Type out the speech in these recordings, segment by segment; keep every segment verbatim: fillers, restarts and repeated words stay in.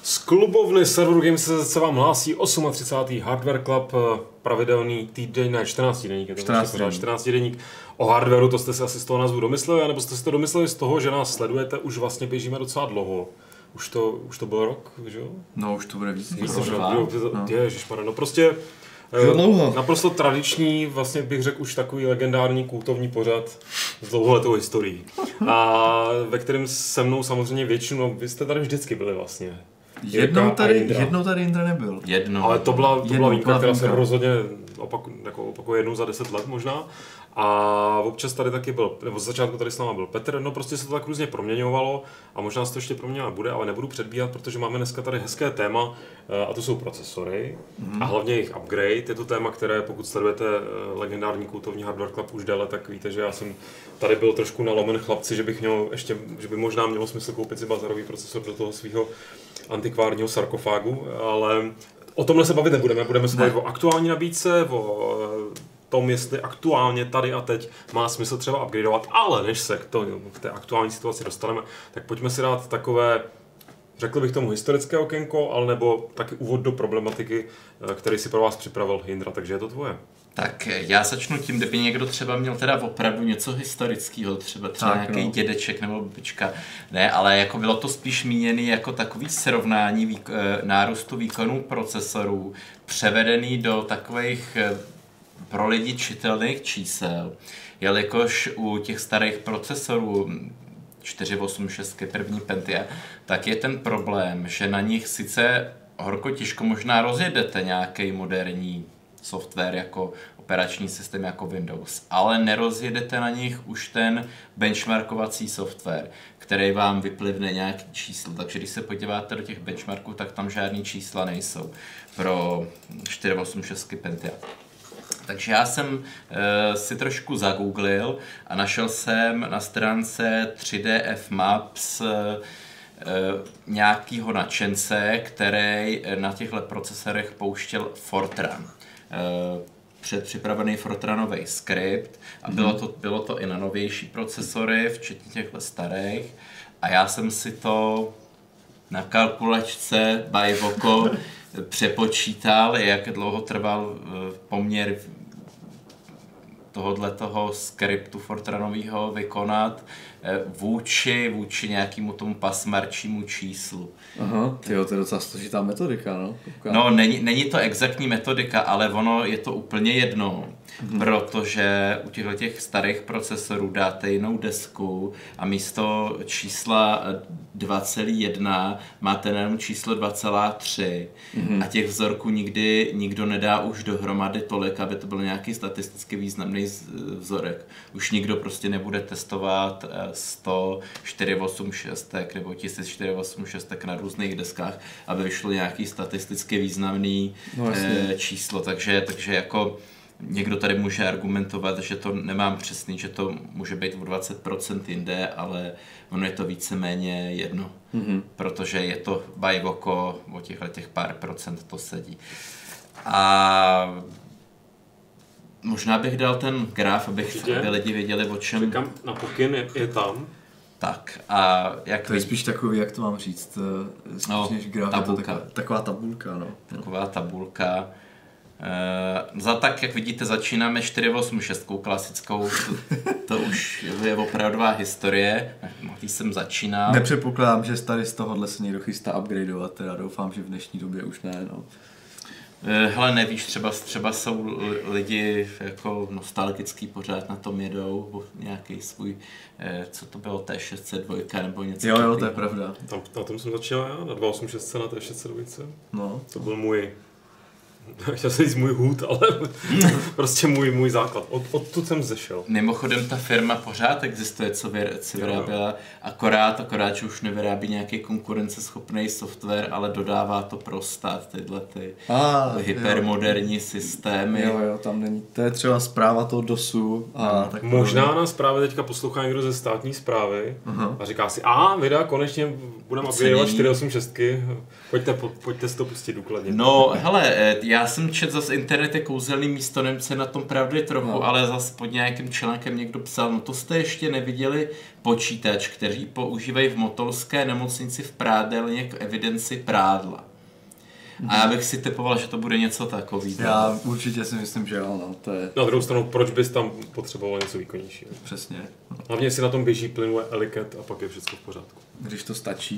Z klubovny serveru Games se vám hlásí třicátý osmý Hardware Club, pravidelný týden, ne čtrnácti deník, je to čtrnácti deník o hardwareu, to jste si asi z toho názvu domysleli, anebo jste si to domysleli z toho, že nás sledujete, už vlastně běžíme docela dlouho. Už to, už to byl rok, že jo? No už to bude víc. Víc než rok, no. Ježišmarja, no prostě naprosto tradiční, vlastně bych řekl už takový legendární kultovní pořad s dlouholetou historií. A ve kterém se mnou samozřejmě většinu, no, vy jste tady vždycky byli vlastně. Jednou tady, jednou tady Jindra nebyl. Jednou. Ale to byla, to byla výjimka, která se rozhodně opaku, jako opakuje jednou za deset let možná. A občas tady taky byl, nebo z začátku tady s náma byl Petr, no prostě se to tak různě proměňovalo a možná se to ještě proměňovat bude, ale nebudu předbíhat, protože máme dneska tady hezké téma a to jsou procesory mm. a hlavně jejich upgrade. Je to téma, které pokud sledujete legendární kultovní Hardware Club už déle, tak víte, že já jsem tady byl trošku nalomen chlapci, že bych měl ještě, že by možná mělo smysl koupit si bazarový procesor do toho svého antikvárního sarkofágu, ale o tomhle se bavit nebudeme, budeme se bavit o aktuální nabídce, o tom, jestli aktuálně tady a teď má smysl třeba upgradeovat, ale než se k, to, k té aktuální situaci dostaneme, tak pojďme si dát takové, řekl bych tomu historické okénko, ale nebo taky úvod do problematiky, který si pro vás připravil Jindra, takže je to tvoje. Tak já začnu tím, kdyby někdo třeba měl teda opravdu něco historického, třeba, třeba tak, nějaký no. dědeček nebo babička, ne, ale jako bylo to spíš míněný jako takový srovnání výk- nárůstu výkonů procesorů, převedený do takových pro lidi čitelných čísel, jelikož u těch starých procesorů čtyři osm šest první Pentium, tak je ten problém, že na nich sice horko těžko možná rozjedete nějaký moderní software jako operační systém jako Windows, ale nerozjedete na nich už ten benchmarkovací software, který vám vyplivne nějaký číslo. Takže když se podíváte do těch benchmarků, tak tam žádný čísla nejsou pro čtyři osm šest Pentium. Takže já jsem uh, si trošku zagooglil a našel jsem na stránce tři D F Maps uh, nějakýho nadšence, který na těchto procesorech pouštěl Fortran. Uh, předpřipravený Fortranový skript a mm-hmm. bylo, to, bylo to i na novější procesory, včetně těchto starých. A já jsem si to na kalkulačce by Voco přepočítal, jak dlouho trval poměr tohoto skriptu Fortranového vykonat vůči, vůči nějakému tomu pasmarčímu číslu. Aha, tyjo, to je docela složitá metodika, no? Koukám. No, není, není to exaktní metodika, ale ono je to úplně jedno, hmm. protože u těchto těch starých procesorů dáte jinou desku a místo čísla dva celá jedna máte jenom číslo dva celá tři hmm. a těch vzorků nikdy nikdo nedá už dohromady tolik, aby to byl nějaký statisticky významný vzorek. Už nikdo prostě nebude testovat sto čtyři osm šest nebo tisíc čtyři osm šest na různých deskách, aby vyšlo nějaký statisticky významný no, e, číslo. Takže, takže jako někdo tady může argumentovat, že to nemám přesný, že to může být o dvacet procent jinde, ale ono je to víceméně jedno, mm-hmm. protože je to by Voco, o těchto těch pár procent to sedí. A možná bych dal ten graf, abych aby lidi věděli, o čem... Čekám na pokyn, je, je tam. Tak a jak... To je spíš takový, jak to mám říct, spíš no, než graf, tabulka. Je to taková, taková tabulka, no. Taková tabulka. E, za tak, jak vidíte, začínáme čtyři osm šest klasickou, to, to už je opravdová historie, na tý jsem začínal. Nepředpokládám, že tady z tohohle se někdo chystá upgradeovat, teda doufám, že v dnešní době už ne, no. Hele, nevíš, třeba, třeba jsou lidi jako nostalgický pořád na tom jedou, nějaký svůj, co to bylo, T šest set dva nebo něco. Jo, jo, to je pravda. Tam, na tom jsem začal já, na dva osm šest na T šest set dva. No. To byl můj, chtěl jsem říct můj hůd, ale prostě můj, můj základ. Od, odtud jsem zešel. Mimochodem ta firma pořád existuje, co, vy, co vyráběla, akorát, akorát, že už nevyrábí nějaký konkurenceschopný software, ale dodává to pro stát, tyhle ty ah, hypermoderní jo. systémy. Jo, jo, tam není, to je třeba zpráva toho dosu. A no, tak možná nás právě teďka poslouchá někdo ze státní správy uh-huh. a říká si, a videa, konečně budeme upgradeovat čtyři osm šest, pojďte, po, pojďte si to pustit důkladně. No, hele, já jsem čet zase internet je kouzelný místo, nevím, co je na tom pravdy trochu, no. Ale zase pod nějakým článkem někdo psal, no to jste ještě neviděli počítač, který používají v motolské nemocnici v Prádelně k evidenci prádla. A já bych si typoval, že to bude něco takového. Já určitě si myslím, že jo, no, to je... Na druhou stranu, proč bys tam potřeboval něco výkonnějšího? Přesně. No. Hlavně si na tom běží plynule Eliket a pak je všechno v pořádku. Když to stačí.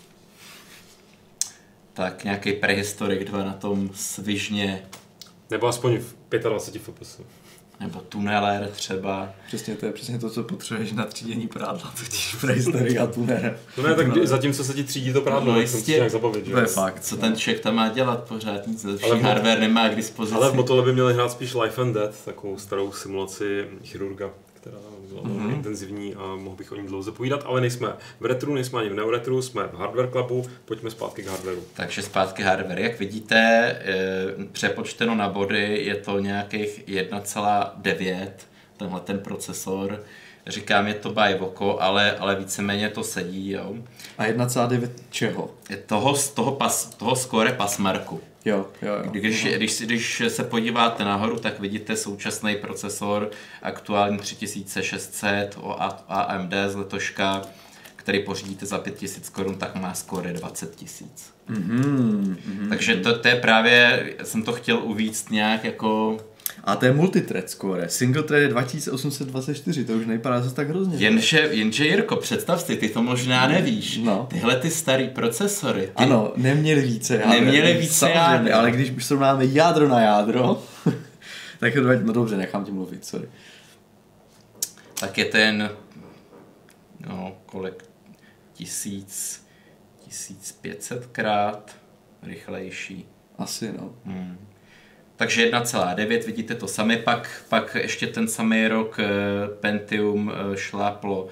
Tak nějaký prehistorik dva na tom svižně. Nebo aspoň v dvacet pět F P S. Nebo tuneler třeba. Přesně to je přesně to, co potřebuješ na třídění prádla, totiž prehistorik a tuneler. No ne, tak zatímco se ti třídí to prádlo, no, tak se musíš nějak zabavit, že? To je fakt. Co ten člověk tam má dělat pořád, nic lepší hardware nemá k dispozici. Ale v Motole by měli hrát spíš Life and Death, takovou starou simulaci chirurga, která byla mm-hmm. intenzivní a mohl bych o ní dlouze povídat, ale nejsme v retru, nejsme ani v neoretru, jsme v Hardware Clubu, pojďme zpátky k hardwareu. Takže zpátky hardware, jak vidíte, e, přepočteno na body je to nějakých jedna celá devět, tenhle ten procesor. Říkám, je to by oko, ale, ale víceméně to sedí, jo. A jedna celá devět čeho? Toho, toho, pas, toho score passmarku. Jo, jo, jo. Když, když, když se podíváte nahoru, tak vidíte současný procesor, aktuální tři tisíce šest set A M D z letoška, který pořídíte za pět tisíc korun, tak má skóre dvacet tisíc. Mm-hmm, mm-hmm. Takže to, to je právě, jsem to chtěl uvíct nějak jako... A to je multithread score. Single thread je dva tisíce osm set dvacet čtyři, to už nejpadá zase tak hrozně. Jenže, jenže Jirko, představ si, ty to možná nevíš. No. Tyhle ty starý procesory. Ty... Ano, neměli více jádro. Neměli více jádro. Ale když už srovnáme jádro na jádro, tak je no dobře, nechám ti mluvit, sorry. Tak je ten, no kolik, tisíc, tisíc pět set krát rychlejší. Asi, no. Hmm. Takže jedna celá devět, vidíte to sami, pak, pak ještě ten samý rok Pentium šláplo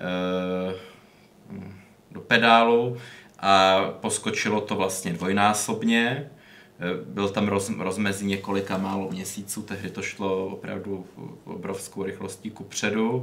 do pedálu a poskočilo to vlastně dvojnásobně. Byl tam roz, rozmezí několika málo měsíců, tehdy to šlo opravdu obrovskou rychlostí kupředu.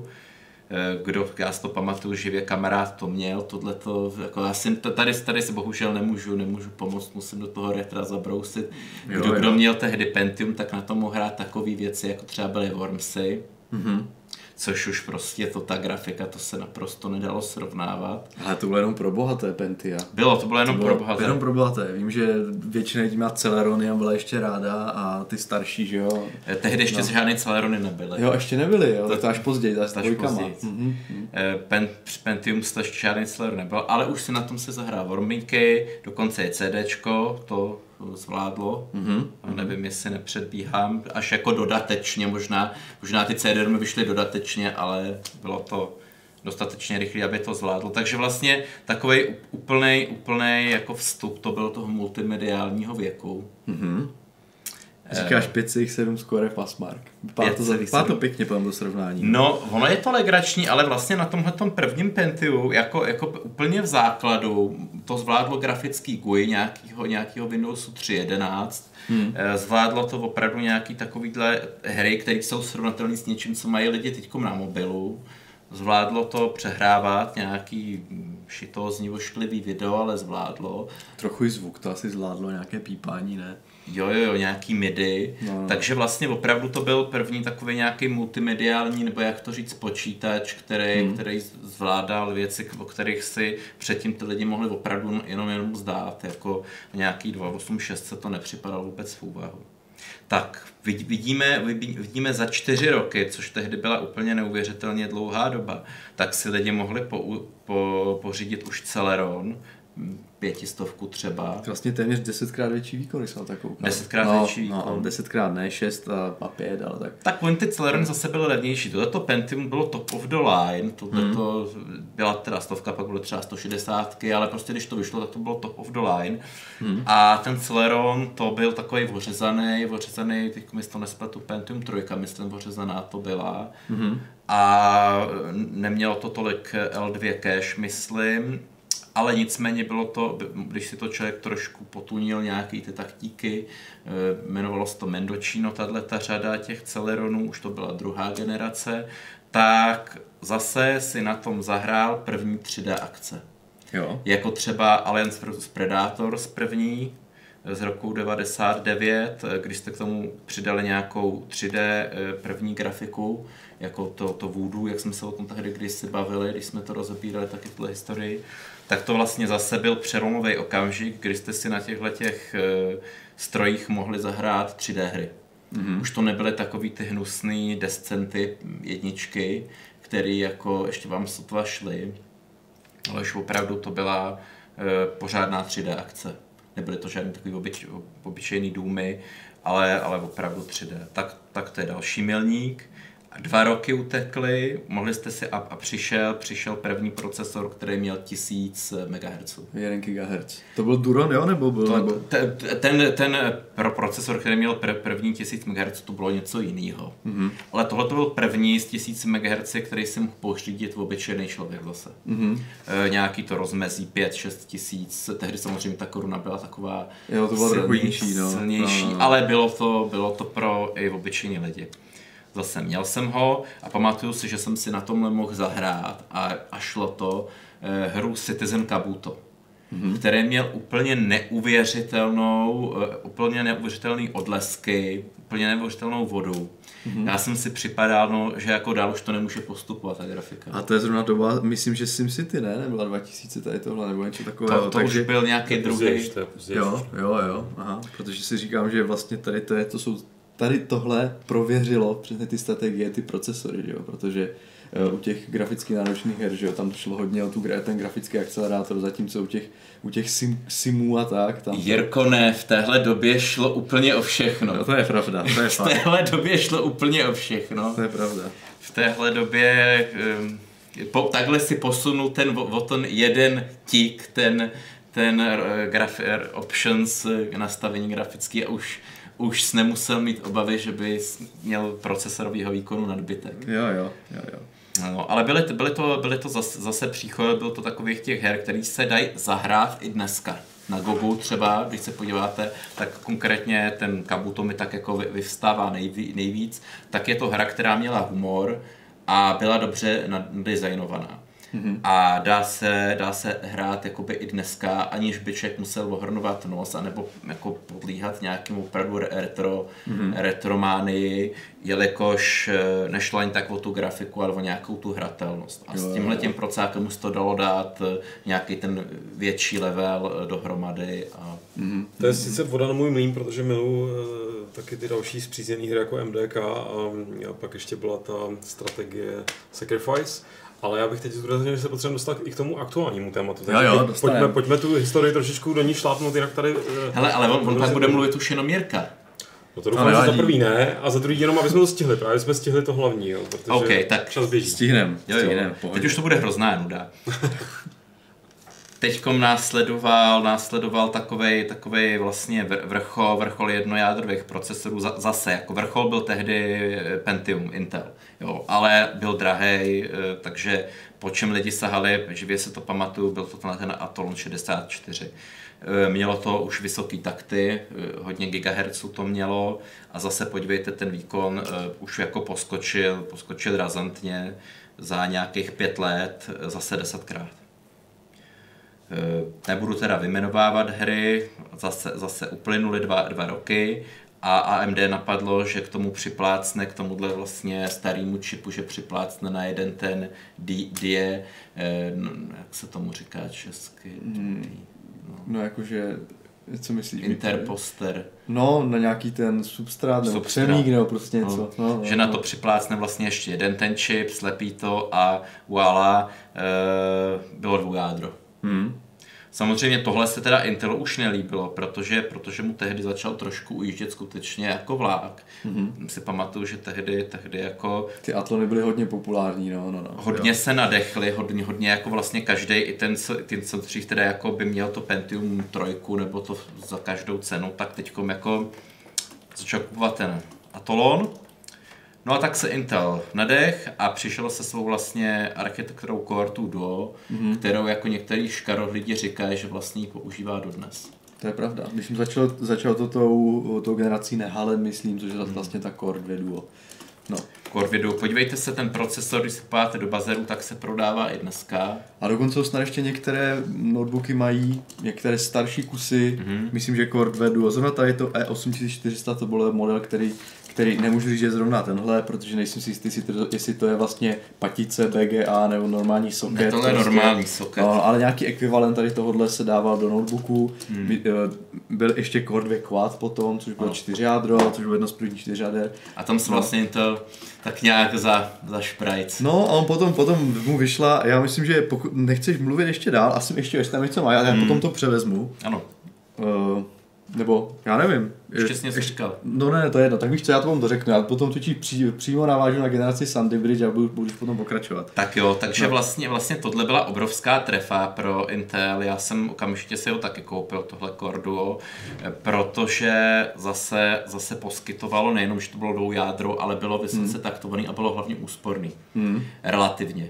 Kdo, já si to pamatuju, živě kamarád to měl, tohleto, jako já si, tady, tady si bohužel nemůžu, nemůžu pomoct, musím do toho retra zabrousit. Kdo, jo, jo. kdo měl tehdy Pentium, tak na to mohl hrát takové věci, jako třeba byly Wormsy, mm-hmm. což už prostě to, ta grafika, to se naprosto nedalo srovnávat. Ale to bylo jenom pro bohaté Pentia. Bylo, to bylo jenom to bylo pro bohaté. Jenom pro bohaté, vím, že většina lidí má Celerony a byla ještě ráda a ty starší, že jo. Tehdy ještě no. žádný Celerony nebyly. Jo, ještě nebyly, jo, to, to až později, až dvojkama. Mm-hmm. Pen, Pentium to ještě žádný Celeron nebyl, ale už si na tom se zahrál Worminky, dokonce i CDčko, to zvládlo, mm-hmm. nevím, jestli nepředbíhám, až jako dodatečně, možná, možná ty C D romy vyšly dodatečně, ale bylo to dostatečně rychlé, aby to zvládlo. Takže vlastně takovej úplnej, úplnej jako vstup to bylo toho multimediálního věku. Mm-hmm. Říkáš pět celá sedm skóre passmark. Vypadá to pěkně po do srovnání. No, ono je to legrační, ale vlastně na tomhletom prvním Pentiu, jako, jako úplně v základu, to zvládlo grafický G U I nějakýho, nějakýho Windowsu tři jedenáct. Hmm. Zvládlo to opravdu nějaký takovýhle hry, které jsou srovnatelné s něčím, co mají lidi teďkom na mobilu. Zvládlo to přehrávat nějaký šitózní, ošklivý video, ale zvládlo. Trochu i zvuk, to asi zvládlo, nějaké pípání, ne? Jo, jo, jo, nějaký midi. No, no. Takže vlastně opravdu to byl první takový nějaký multimediální, nebo jak to říct, počítač, který, hmm. který zvládal věci, o kterých si předtím ty lidi mohli opravdu jenom jenom zdát. Jako nějaký dva osm šest se to nepřipadalo vůbec v úvahu. Tak, vidíme, vidíme za čtyři roky, což tehdy byla úplně neuvěřitelně dlouhá doba, tak si lidi mohli po, po, pořídit už Celeron, pětistovku třeba. Vlastně téměř desetkrát větší výkon, když jsem takovou. Desetkrát no, větší výkon. No, desetkrát ne, šest a, a pět, ale tak. Tak oni ty Celerony zase byly levnější. Tohleto Pentium bylo top of the line, tohleto hmm. byla teda stovka, pak bylo třeba sto šedesát, ale prostě když to vyšlo, tak to bylo top of the line. Hmm. A ten Celeron to byl takový ořezaný, ořezaný, teď mi to nespletu, Pentium tři, myslím, ořezaná to byla. Hmm. A nemělo to tolik L dva cache, myslím. Ale nicméně bylo to, když si to člověk trošku potunil nějaký ty taktíky, jmenovalo se to Mendocino, tato řada těch Celeronů, už to byla druhá generace, tak zase si na tom zahrál první tři dé akce. Jo. Jako třeba Alliance versus. Predators první, z roku devadesát devět, když jste k tomu přidali nějakou tři dé první grafiku, jako to, to Voodoo, jak jsme se o tom tehdy kdysi bavili, když jsme to rozebírali taky v té historii, tak to vlastně zase byl přelomový okamžik, kdy jste si na těchto těch strojích mohli zahrát tři dé hry. Mm-hmm. Už to nebyly takový ty hnusný descenty jedničky, který jako ještě vám sotva šly, ale už opravdu to byla e, pořádná tři dé akce. Nebyly to žádný takový obyč, obyčejný důmy, ale, ale opravdu tři dé. Tak, tak to je další milník. Dva roky utekly, mohli jste si a, a přišel, přišel první procesor, který měl tisíc megahertzů. jeden gigahertz. To byl Duron, jo? Nebo byl? To, nebo... Ten, ten, ten pro procesor, který měl pr, první tisíc megahertzů, to bylo něco jiného. Mm-hmm. Ale tohle to byl první z tisíc megahertzů, který si mohl pořídit v obyčejný člověk zase. Mm-hmm. E, nějaký to rozmezí pět šest tisíc, tehdy samozřejmě ta koruna byla taková jo, to bylo silnější, no. silnější no. ale bylo to, bylo to pro i obyčejní lidi. Zase měl jsem ho a pamatuju si, že jsem si na tomhle mohl zahrát a, a šlo to eh, hru Citizen Kabuto, mm-hmm. který měl úplně neuvěřitelnou, eh, úplně neuvěřitelný odlesky, úplně neuvěřitelnou vodu. Mm-hmm. Já jsem si připadal, no, že jako dál už to nemůže postupovat, ta grafika. A to je zrovna doba, myslím, že SimCity, ne? Nebyla dva tisíce tady tohle, nebo něco takového. To, to takže... už byl nějaký druhý. Jo, jo, jo, aha, protože si říkám, že vlastně tady to, je, to jsou tady tohle prověřilo přesně ty strategie, ty procesory, že jo? Protože uh, u těch graficky náročných her, že jo, tam šlo hodně o tu, ten grafický akcelerátor, zatímco u těch, u těch sim, simů a tak. Tam Jirko, ne, v téhle době šlo úplně o všechno. No, to je pravda, to je v téhle době šlo úplně o všechno. To je pravda. V téhle době, um, po, takhle si posunul ten, o ten jeden tik, ten, ten uh, graf, options, nastavení grafický a už už jsi nemusel mít obavy, že bys měl procesorovýho výkonu nadbytek. Jo, jo, jo, jo. No, ale byly, byly to, byly to zase, zase příchod, bylo to takových těch her, které se dají zahrát i dneska. Na Gogu třeba, když se podíváte, tak konkrétně ten Kabuto mi tak jako vyvstává nejví, nejvíc, tak je to hra, která měla humor a byla dobře nadizajnovaná. Mm-hmm. A dá se, dá se hrát jakoby i dneska, aniž by člověk musel ohrnovat nos, anebo jako podlíhat nějakému opravdu retro, mm-hmm. retrománii, jelikož nešlo ani tak o tu grafiku, ale o nějakou tu hratelnost. A jo, s tímhletím procákem už to dalo dát nějaký ten větší level dohromady. A... Mm-hmm. To je sice voda na můj mlýn, protože miluji taky ty další zpřízněné hry jako M D K a, a pak ještě byla ta strategie Sacrifice. Ale já bych teď zdůraznil, že se potřebujeme dostat i k tomu aktuálnímu tématu. Jo, jo, pojďme, pojďme tu historii trošičku do ní šlápnout, jinak tady... Hele, ale on, on pak bude mluvit už jenom Jirka. No to doufám, že za prvý ne, a za druhý jenom, aby jsme to stihli. Právě jsme stihli to hlavní, jo, protože okay, tak čas běží. Stihnem, jo, jo. stihnem. Teď už to bude hrozná nuda. Teďkom následoval, následoval takovej, takovej vlastně vrchol, vrchol jednojádrových procesorů. Zase, jako vrchol byl tehdy Pentium, Intel, jo, ale byl drahej, takže po čem lidi sahali, živě se to pamatuju, byl to ten Athlon šedesát čtyři. Mělo to už vysoký takty, hodně gigahertzů to mělo a zase podívejte, ten výkon už jako poskočil, poskočil razantně za nějakých pět let, zase desetkrát. Nebudu teda vymenovávat hry, zase, zase uplynuly dva, dva roky a A M D napadlo, že k tomu připlácne, k tomuhle vlastně starému čipu, že připlácne na jeden ten D I E, no, jak se tomu říká česky? Hmm. No, no jakože, co myslíš? Interposter. No, na nějaký ten substrát nebo přemík nebo prostě něco. No, no, no, že na to připlácne vlastně ještě jeden ten čip, slepí to a voilà, e, bylo dvoujádro. Hmm. Samozřejmě tohle se teda Intelu už nelíbilo, protože, protože mu tehdy začal trošku ujíždět skutečně jako vlák. Mm-hmm. Si pamatuju, že tehdy, tehdy jako... Ty Atlony byly hodně populární, no, no, no. Hodně jo. se nadechly, hodně, hodně jako vlastně každý, i ten, ten co dřív teda jako by měl to Pentium trojku nebo to za každou cenu, tak teďkom jako začal kupovat ten Athlon. No a tak se Intel nadech a přišel se svou vlastně architekturou Core dva Duo, mm-hmm. kterou jako některý škarohlidi říkají, že vlastně ji používá dodnes. To je pravda. Když jsem začal, začal to tou, tou generací Nehalem, myslím, což je mm. vlastně ta Core dva Duo. No. Core videu. Podívejte se, ten procesor, když se podíváte do bazaru, tak se prodává i dneska. A dokonce snad ještě některé notebooky mají, některé starší kusy, mm-hmm. myslím, že Core dva Duo. Zrovna tady to E osm čtyři sta, to byl model, který, který nemůžu říct, že je zrovna tenhle, protože nejsem si jistý, jestli to je vlastně patice, B G A nebo normální socket. Ne, tohle je prostě normální socket. No, ale nějaký ekvivalent tady tohohle se dával do notebooku. Hmm. Byl ještě Core dva Quad potom, což bylo čtyři jádro, což bylo jedno z prvních čtyř jader. A tam se no. vlastně Intel tak nějak za, za šprajc. No a on potom, potom mu vyšla, já myslím, že pokud nechceš mluvit ještě dál, asi ještě ještě tam něco má, já hmm. potom to převezmu. Ano. Uh, nebo, já nevím. Ještě jsi něco říkal. No ne, to je jedno, tak víš co, já to vám to řeknu, já potom točí pří, přímo navážu na generaci Sandy Bridge a budu, budu potom pokračovat. Tak jo, takže no. vlastně, vlastně tohle byla obrovská trefa pro Intel, já jsem okamžitě si ho taky koupil, tohle Core Duo, protože zase, zase poskytovalo nejenom, že to bylo dvou jádro, ale bylo vysoce hmm. taktovaný a bylo hlavně úsporný, hmm. relativně.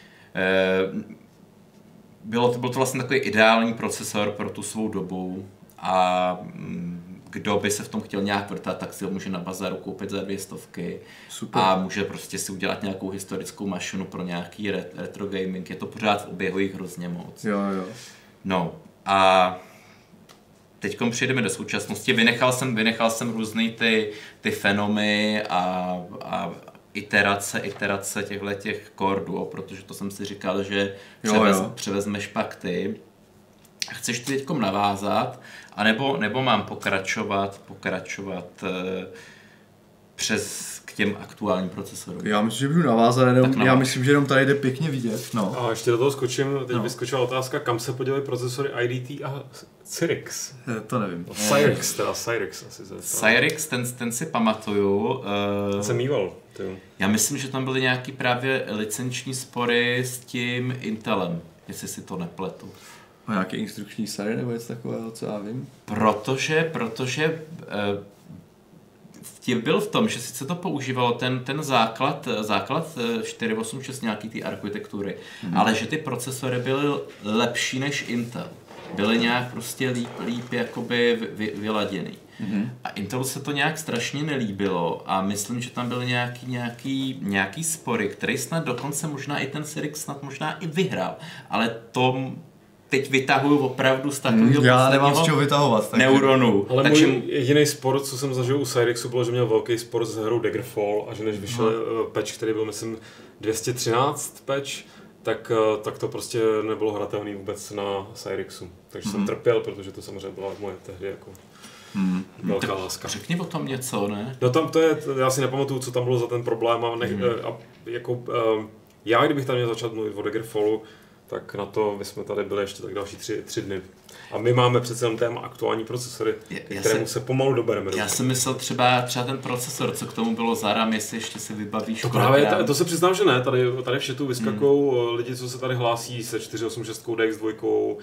Bylo to, byl to vlastně takový ideální procesor pro tu svou dobu. A kdo by se v tom chtěl nějak vrtat, tak si ho může na bazaru koupit za dvě stovky. Super. A může prostě si udělat nějakou historickou mašinu pro nějaký retro gaming. Je to pořád v oběhu jich hrozně moc. Jo, jo. No a teďkom přejdeme do současnosti. Vynechal jsem, vynechal jsem různý ty, ty fenomy a, a iterace, iterace těchto těch Core Duo, protože to jsem si říkal, že převez, jo, jo. převezmeš pak ty. Chceš ty teďkom navázat, anebo, nebo mám pokračovat, pokračovat e, přes k těm aktuálním procesorům? Já myslím, že budu navázat, jenom, já myslím, že jenom tady jde pěkně vidět. No. A ještě do toho skočím, teď no. vyskočila otázka, kam se podělí procesory I D T a Cyrix? To nevím. Cyrix, teda Cyrix asi se Cyrix, ten, ten si pamatuju. Uh, jsem mýval. Tyjo. Já myslím, že tam byly nějaký právě licenční spory s tím Intelem, jestli si to nepletu. A nějaký instrukční sady nebo něco takového, co já vím? Protože, protože uh, vtip byl v tom, že sice to používalo ten, ten základ, základ čtyři osm šest nějaký ty architektury, hmm. ale že ty procesory byly lepší než Intel. Byly nějak prostě líp, líp jakoby vy, vyladěný. Mm-hmm. A Intelu se to nějak strašně nelíbilo a myslím, že tam byly nějaký, nějaký, nějaký spory, který snad dokonce možná i ten Cyrix snad možná i vyhrál, ale to teď vytahuju opravdu z takového mm, já nemám z čeho vytahovat. Tak neuronu. Ale takže můj jediný spor, co jsem zažil u Cyrixu, bylo, že měl velký spor s hrou Daggerfall a že než vyšel mm. patch, který byl myslím dvě stě třináct patch, tak, tak to prostě nebylo hratelný vůbec na Cyrixu. Takže mm. jsem trpěl, protože to samozřejmě byla moje tehdy jako mm. velká tak láska. Řekni o tom něco, ne? No tam to je, já si nepamatuju, co tam bylo za ten problém a, nech, mm. a jako já, kdybych tam měl začít mluvit o Daggerfallu, tak na to my jsme tady byli ještě tak další tři, tři dny. A my máme přece jen téma aktuální procesory, já kterému se, se pomalu dobereme. Já jsem myslel třeba, třeba ten procesor, co k tomu bylo za RAM, jestli ještě si vybavíš. To právě, to, to se přiznám, že ne. Tady, tady v chatu vyskakou hmm. lidi, co se tady hlásí se čtyři osm šest D X dva, uh,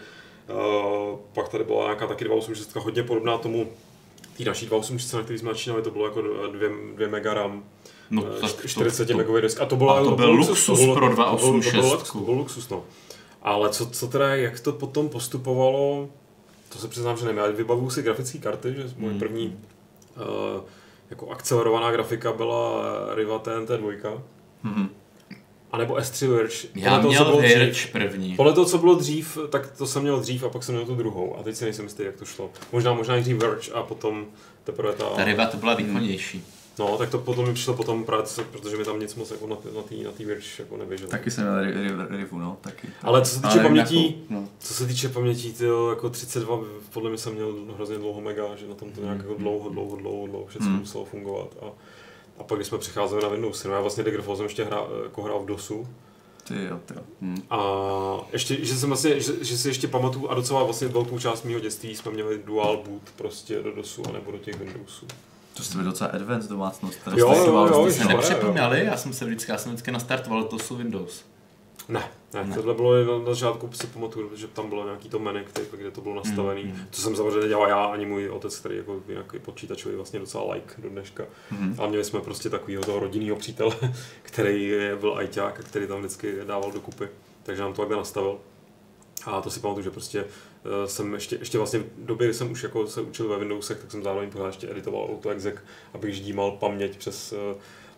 pak tady byla nějaká taky dva osm šest, hodně podobná tomu tý naší dva osm šest, na který jsme začínali, to bylo jako dvě mega RAM. No, čtyřicet megový disk. A to, byla, a to, to byl luxus, luxus pro dva osm šest. To byl, to byl luxus, no. Ale co, co teda, jak to potom postupovalo, to se přiznám, že nevím. Já vybavuju si grafické karty, že moje první uh, jako akcelerovaná grafika byla Riva T N T dva. Mm-hmm. A nebo S tři Verge. Já toho, měl Verge první. Podle toho, co bylo dřív, tak to jsem měl dřív a pak jsem měl tu druhou. A teď si nejsem jistý, jak to šlo. Možná, možná dřív Verge a potom teprve ta... Ta Riva to byla výkonnější. Hmm. No, tak to potom mi přišlo potom právě, protože mi tam nic moc jako na té na na Verge jako neběželo. Taky jsem měl Rivu, no, taky. Ale co se týče pamětí, no. co se týče pamětí, tyjo, jako třicet dva, podle mě jsem měl hrozně dlouho mega, že na tom to nějak jako dlouho, dlouho, dlouho, dlouho všechno hmm. muselo fungovat. A, a pak, když jsme přecházeli na Windows, no já vlastně Daggerfall jsem ještě hrál, jako hrál v DOSu. Ty jo, ty jo. Hmm. A ještě, že jsem vlastně, že, že si ještě pamatuju a docela vlastně velkou část mýho dětství jsme měli dual boot prostě do DOSu a nebo do těch Windowsů. To jste byli docela advanced domácnost. Jo, jo, jo, jo, jste nepřipomněli, já jsem se vždycky, já jsem vždycky nastartoval DOSu Windows. Ne, ne, ne. Tohle bylo na začátku, si pamatuju, že tam bylo nějaký to menu, kde to bylo nastavený. Mm. To jsem samozřejmě nedělal já, ani můj otec, který jako nějaký počítačový vlastně docela like do dneška. Mm. A měli jsme prostě takovýho toho rodinného přítele, který byl ajťák a který tam vždycky dával dokupy. Takže nám to takhle nastavil. A to si pamatuju, že prostě uh, jsem ještě, ještě vlastně v době, kdy jsem už jako se učil ve Windowsech, tak jsem zároveň pořád ještě editoval AutoExec, abych ždímal paměť přes uh,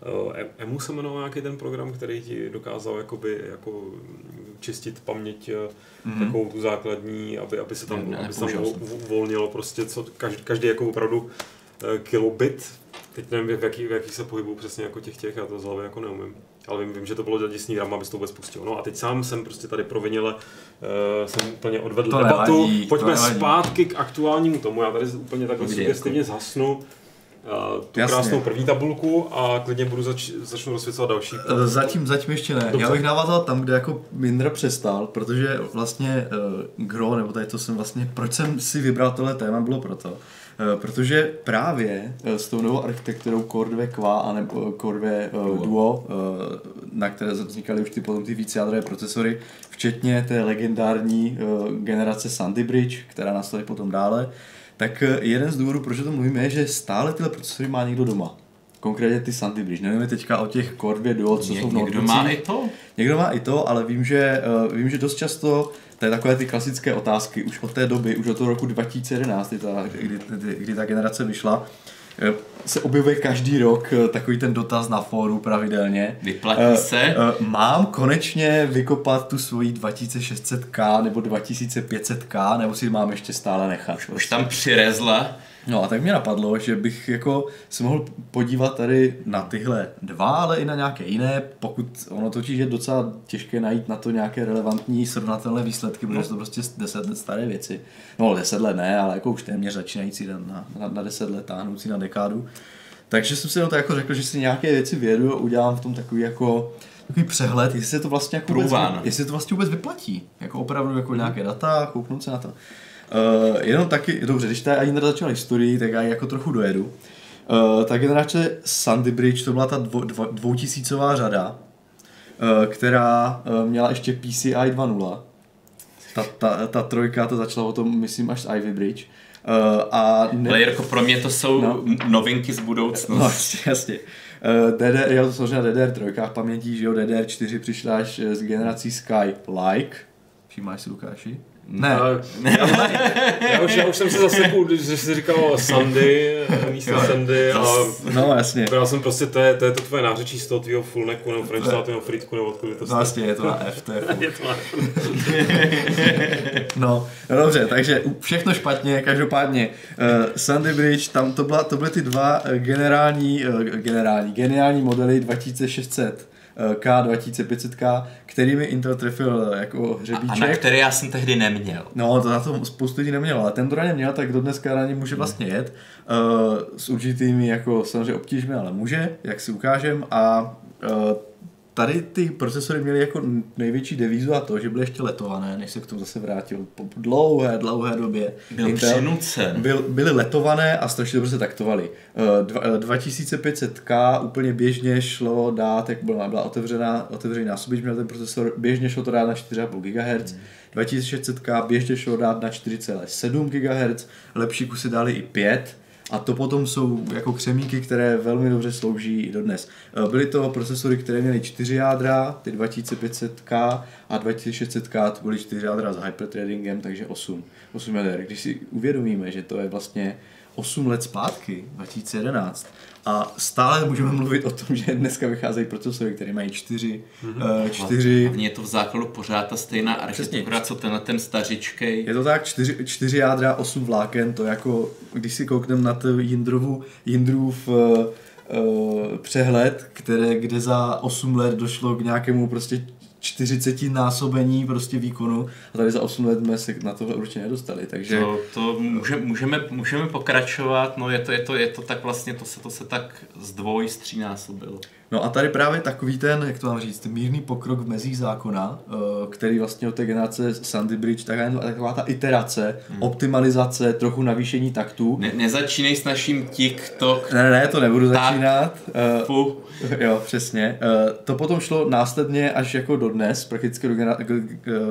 Emu se jmenoval nějaký ten program, který ti dokázal jakoby, jako čistit paměť mm-hmm. takovou tu základní, aby, aby se tam, ne, aby se tam uvolnilo prostě co, každý, každý jako opravdu kilobit. Teď nevím, v jaký, v jaký se pohybují přesně jako těch těch, já to z hlavy jako neumím. Ale vím, vím, že to bylo děsný drama, abys to vůbec pustil. No a teď sám jsem prostě tady provinile, uh, jsem úplně odvedl to debatu. Nevadí, Pojďme zpátky k aktuálnímu tomu, já tady úplně takhle sugestivně jako... zhasnu uh, tu Jasně. krásnou první tabulku a klidně budu zač, začnu rozsvěcovat další. Uh, zatím, zatím ještě ne. Dobře. Já bych navázal tam, kde jako Mindra přestal, protože vlastně uh, gro, nebo tady to jsem vlastně, proč jsem si vybral tohle téma, bylo proto. Protože právě s tou novou architekturou Core dva Qua a nebo Core dva uh, Duo, uh, na které vznikaly už ty potom ty vícejádrové procesory, včetně té legendární uh, generace Sandy Bridge, která následuje potom dále, tak jeden z důvodů, proč o tom mluvíme, je, že stále tyhle procesory má někdo doma. Konkrétně ty Sandy Bridge. Nevíme teďka o těch Core dva Duo, co Ně, jsou v notebookcích. Někdo má i to? Někdo má i to, ale vím, že, uh, vím, že dost často to je takové ty klasické otázky, už od té doby, už od toho roku dva tisíce jedenáct, kdy ta, kdy, kdy, kdy ta generace vyšla, se objevuje každý rok takový ten dotaz na fóru pravidelně. Vyplatí se? Mám konečně vykopat tu svoji dva tisíce šest set K nebo dva tisíce pět set K, nebo si mám ještě stále nechat? Už, už tam přirezla. No a tak mě napadlo, že bych jako se mohl podívat tady na tyhle dva, ale i na nějaké jiné, pokud ono totiž je docela těžké najít na to nějaké relevantní srovnatelné výsledky, protože to prostě deset let staré věci. No deset let ne, ale jako už téměř začínající na, na, na deset let, táhnoucí na dekádu. Takže jsem si to jako řekl, že si nějaké věci vědu a udělám v tom takový jako takový přehled, jestli se to vlastně jako vůbec, jestli to vlastně vůbec vyplatí. Jako opravdu jako nějaké data, kouknout se na to. Uh, jenom taky, dobře, když tady Indra začala historii, tak já jako trochu dojedu. Uh, ta generace Sandy Bridge, to byla ta dvo, dvo, dvoutisícová řada, uh, která uh, měla ještě P C I dva nula. Ta, ta, ta trojka, to začala o tom, myslím, až z Ivy Bridge. Uh, a ne... Ale Jirko, pro mě to jsou no. novinky z budoucnosti. No, jasně, jasně. Uh, D D R, já to samozřejmě na D D R tři v paměti, že jo, D D R čtyři přišla až z generací Sky Like. Všímáš si, Lukáši? Ne. ne. já, už, já už jsem si zasekl, že jsi říkal Sandy, místo Sandy a no, jasně. Já jsem prostě, to je, to je to tvoje nářečí z toho tvýho fullnecku nebo French státu nebo Fritku nebo odkud je to. Vlastně je to na F, to je full. je to na F. no, no dobře, takže všechno špatně, každopádně uh, Sandy Bridge, tam to, byla, to byly ty dva generální, uh, generální, geniální modely dva tisíce šest set K, dva tisíce pět set K, který mi Intel trefil jako hřebíček. A na který já jsem tehdy neměl. No, to na to spoustu lidí neměl, ale ten, kdo na ně měl, tak do dneska na ně může vlastně jet. Uh, s určitými jako samozřejmě obtížmi, ale může, jak si ukážem. A uh, tady ty procesory měly jako největší devízu a to, že byly ještě letované, než se k tomu zase vrátil po dlouhé, dlouhé době. Byl přinucen. Byl, byly letované a strašně dobře se taktovaly. Uh, dva tisíce pět set K úplně běžně šlo dát, jak byla, byla otevřená, otevřený násobič, měl ten procesor, běžně šlo to dát na čtyři celá pět gigahertz. Hmm. dva tisíce šest set K běžně šlo dát na čtyři celá sedm gigahertz, lepší kusy dali i pět. A to potom jsou jako křemíky, které velmi dobře slouží i dodnes. Byly to procesory, které měly čtyři jádra, ty dva tisíce pět set K a dva tisíce šest set K, to byly čtyři jádra s hyperthreadingem, takže osm. osm jader. Když si uvědomíme, že to je vlastně osm let zpátky, dva tisíce jedenáct, a stále můžeme mluvit o tom, že dneska vycházejí procesory, které mají čtyři, mm-hmm. uh, čtyři... Hlavně je to v základu pořád ta stejná architektura, co tenhle ten stařičkej. Je to tak, čtyři, čtyři jádra, osm vláken, to jako, když si koukneme na tu Jindrovu, Jindrův uh, uh, přehled, které, kde za osm let došlo k nějakému prostě čtyřicetinásobení prostě výkonu a tady za osm let jsme se na tohle určitě nedostali, takže... To, to může, můžeme, můžeme pokračovat, no je to, je to, je to tak vlastně, to se, to se tak zdvoj, střínásobilo. No a tady právě takový ten, jak to mám říct, mírný pokrok v mezích zákona, který vlastně od té generace Sandy Bridge, taková ta iterace, hmm. optimalizace, trochu navýšení taktů. Ne, nezačínej s naším TikTok. Ne, ne, to nebudu tak. začínat. Fu. Jo, přesně. To potom šlo následně až jako do dnes, prakticky do, genera-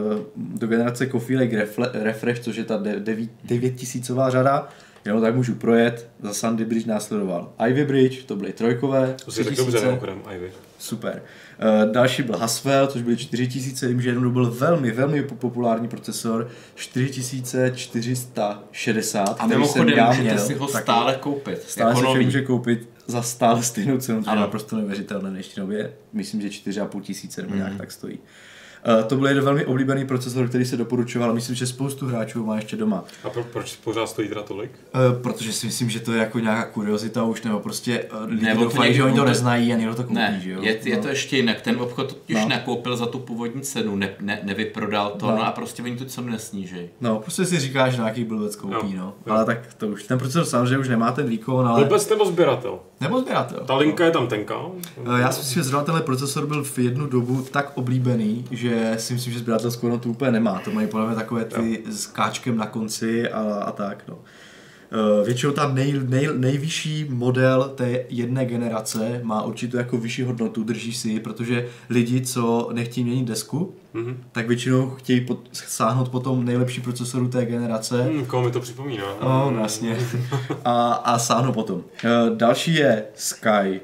do generace Coffee Lake Refresh, což je ta devěttisícová řada. Jo, tak můžu projet, za Sandy Bridge následoval Ivy Bridge, to byly trojkové. To si tak dobře mimochodem, Ivy. Super. Uh, další byl Haswell, což byly čtyři tisíce, vím, že jednou byl velmi, velmi populární procesor, čtyři tisíce čtyři sta šedesát. A mimochodem můžete měl, si ho stále koupit. Stále se může koupit za stále stejnou cenu, to je naprosto neuvěřitelné v dnešní době. Myslím, že čtyři a půl tisíce nebo nějak mm. tak stojí. Uh, to byl jeden velmi oblíbený procesor, který se doporučoval, a myslím, že spoustu hráčů má ještě doma. A pro, proč pořád stojí teda tolik? Uh, protože si myslím, že to je jako nějaká kuriozita už, nebo prostě uh, lidi doufají, že oni to neznají a někdo to koupí, ne, že jo? Je, je no. to ještě jinak, ten obchod totiž no. nakoupil za tu původní cenu, ne, ne, nevyprodal to, no. no a prostě oni tu cenu nesníží. No, prostě si říkáš, že nějaký blbec koupí, no. no. Ale tak to už, ten procesor samozřejmě už nemá ten výkon, ale... Blbec nebo sběratel? Nebo sběratel. Ta linka je tam tenká? Uh, já si myslím, že zrovna tenhle procesor byl v jednu dobu tak oblíbený, že si myslím, že sběratel skoro to úplně nemá. To mají podle mě takové ty jo. s káčkem na konci a, a tak, no. Uh, většinou tam nej, nej, nejvyšší model té jedné generace má určitou jako vyšší hodnotu, drží si ji, protože lidi, co nechtějí měnit desku, mm-hmm. tak většinou chtějí pod, sáhnout po tom nejlepší procesoru té generace. Hmm, koho mi to připomíná. No, mm. jasně. a, a sáhnou potom. Uh, další je Sky.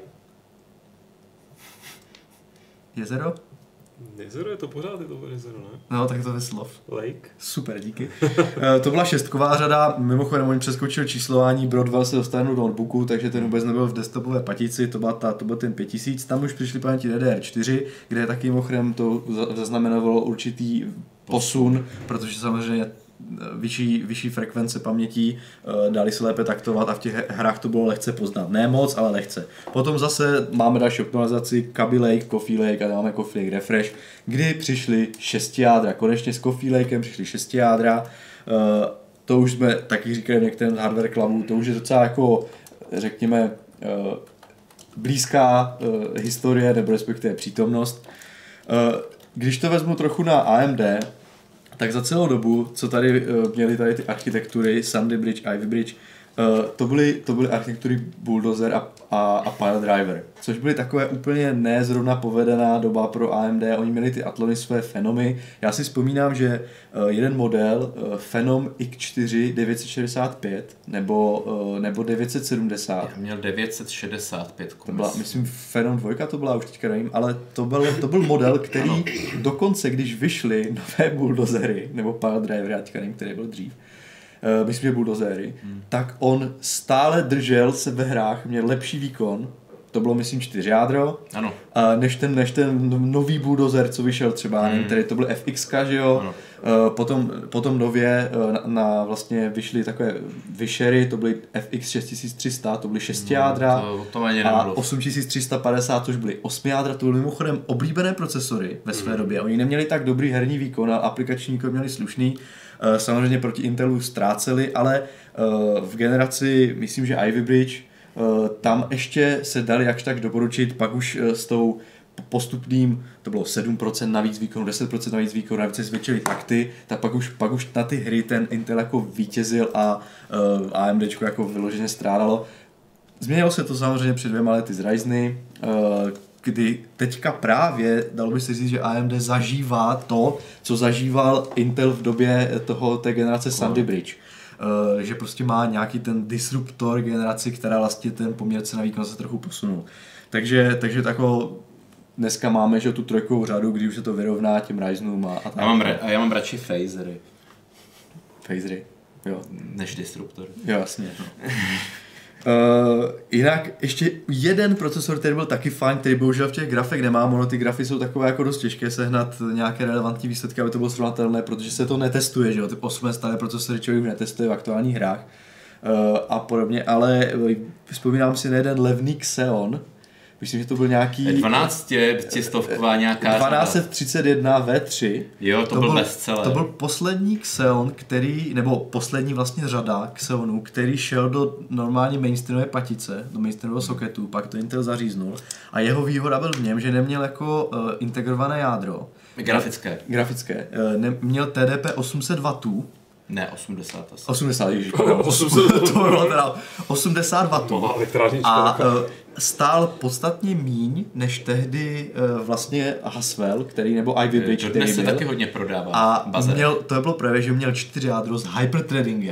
Jezero? Jezero je to pořád, je to jezero, ne? No, tak je to ve slov. Lake. Super, díky. e, to byla šestková řada, mimochodem oni přeskočili číslování, Broadwell se dostal do notebooku, takže ten vůbec nebyl v desktopové patici, to, byla ta, to byl ten pět tisíc, tam už přišly paměti D D R čtyři, kde taky mimochodem to zaznamenalo určitý posun, protože samozřejmě vyšší, vyšší frekvence pamětí, dali se lépe taktovat a v těch hrách to bylo lehce poznat. Ne moc, ale lehce. Potom zase máme další optimalizaci Kaby Lake, Coffee Lake a máme Coffee Lake Refresh, kdy přišly šesti jádra. Konečně s Coffee Lakem přišly šesti jádra. To už jsme taky říkali v některém hardware clubu, to už je docela jako, řekněme, blízká historie, nebo respektive přítomnost. Když to vezmu trochu na A M D, tak za celou dobu, co tady uh, měli tady ty architektury, Sandy Bridge, Ivy Bridge, uh, to, byly, to byly architektury Bulldozer a, a, a Pile Driver, což byly takové úplně nezrovna povedená doba pro A M D, oni měli ty Atlony své Phenomy. Já si vzpomínám, že uh, jeden model, uh, Phenom X čtyři devět set šedesát pět nebo, uh, nebo devět set sedmdesát. Já měl devět set šedesát pět. To byla, myslím, Phenom dva to byla, už teďka nevím, ale to byl, to byl model, který dokonce, když vyšly nové Bulldozery, nebo Pile Driver, já teďka nevím, který byl dřív, Uh, myslím, že Bulldozery, hmm. tak on stále držel se ve hrách, měl lepší výkon, to bylo myslím čtyři jádro, ano. Uh, než, ten, než ten nový Bulldozer, co vyšel třeba, hmm. nevím, tady to byl F X, že jo, uh, potom, potom nově uh, na, na vlastně vyšly takové Vishery, to byly F X šest tisíc tři sta, to byly šest jádra, to, to a osm tisíc tři sta padesát, což byly osm jádra, to byly mimochodem oblíbené procesory ve své hmm. době, oni neměli tak dobrý herní výkon a aplikační výkon měli slušný. Samozřejmě proti Intelu ztráceli, ale v generaci, myslím, že Ivy Bridge, tam ještě se dali jakž tak doporučit, pak už s tou postupným, to bylo sedm procent navíc výkonu, deset procent navíc výkonu, navíc se zvětšily takty, tak pak už, pak už na ty hry ten Intel jako vítězil a AMDčko jako vyloženě strádalo. Změnilo se to samozřejmě před dvěma lety z Ryzeny, kdy teďka právě, dalo by se říct, že A M D zažívá to, co zažíval Intel v době toho, té generace Sandy Bridge. Uh, že prostě má nějaký ten disruptor generaci, která vlastně ten poměr cena výkon se trochu posunul. Takže, takže tako dneska máme, že tu trojkovou řadu, kdy už se to vyrovná těm Ryzenům a, a tak. Já mám, a já mám radši phasery. Phasery, jo. Než disruptor. Jo, jasně. Uh, jinak ještě jeden procesor, který byl taky fajn, který bohužel v těch grafech nemám, ono ty grafy jsou takové jako dost těžké sehnat nějaké relevantní výsledky, aby to bylo srovnatelné, protože se to netestuje, že jo, ty osm staré procesory člověk netestuje v aktuálních hrách uh, a podobně, ale vzpomínám si na jeden levný Xeon, myslím, že to byl nějaký... dvanáctistovková nějaká... dvanáct set třicet jedna V tři. Jo, to, to byl bestseller. To byl poslední Xeon, který, nebo poslední vlastně řada Xeonů, který šel do normálně mainstreamové patice, do mainstreamového socketu, pak to Intel zaříznul. A jeho výhoda byl v něm, že neměl jako uh, integrované jádro. Grafické. Grafické. Uh, ne, měl T D P osm set wattů. Ne, osmdesát asi. osmdesát, ježiš, to bylo teda osmdesát wattů. A uh, stál podstatně míň, než tehdy uh, vlastně Haswell, který, nebo Ivy Bridge, který se byl. taky hodně prodává. A měl, to bylo právě, že měl čtyři jádro s hyperthreadingem.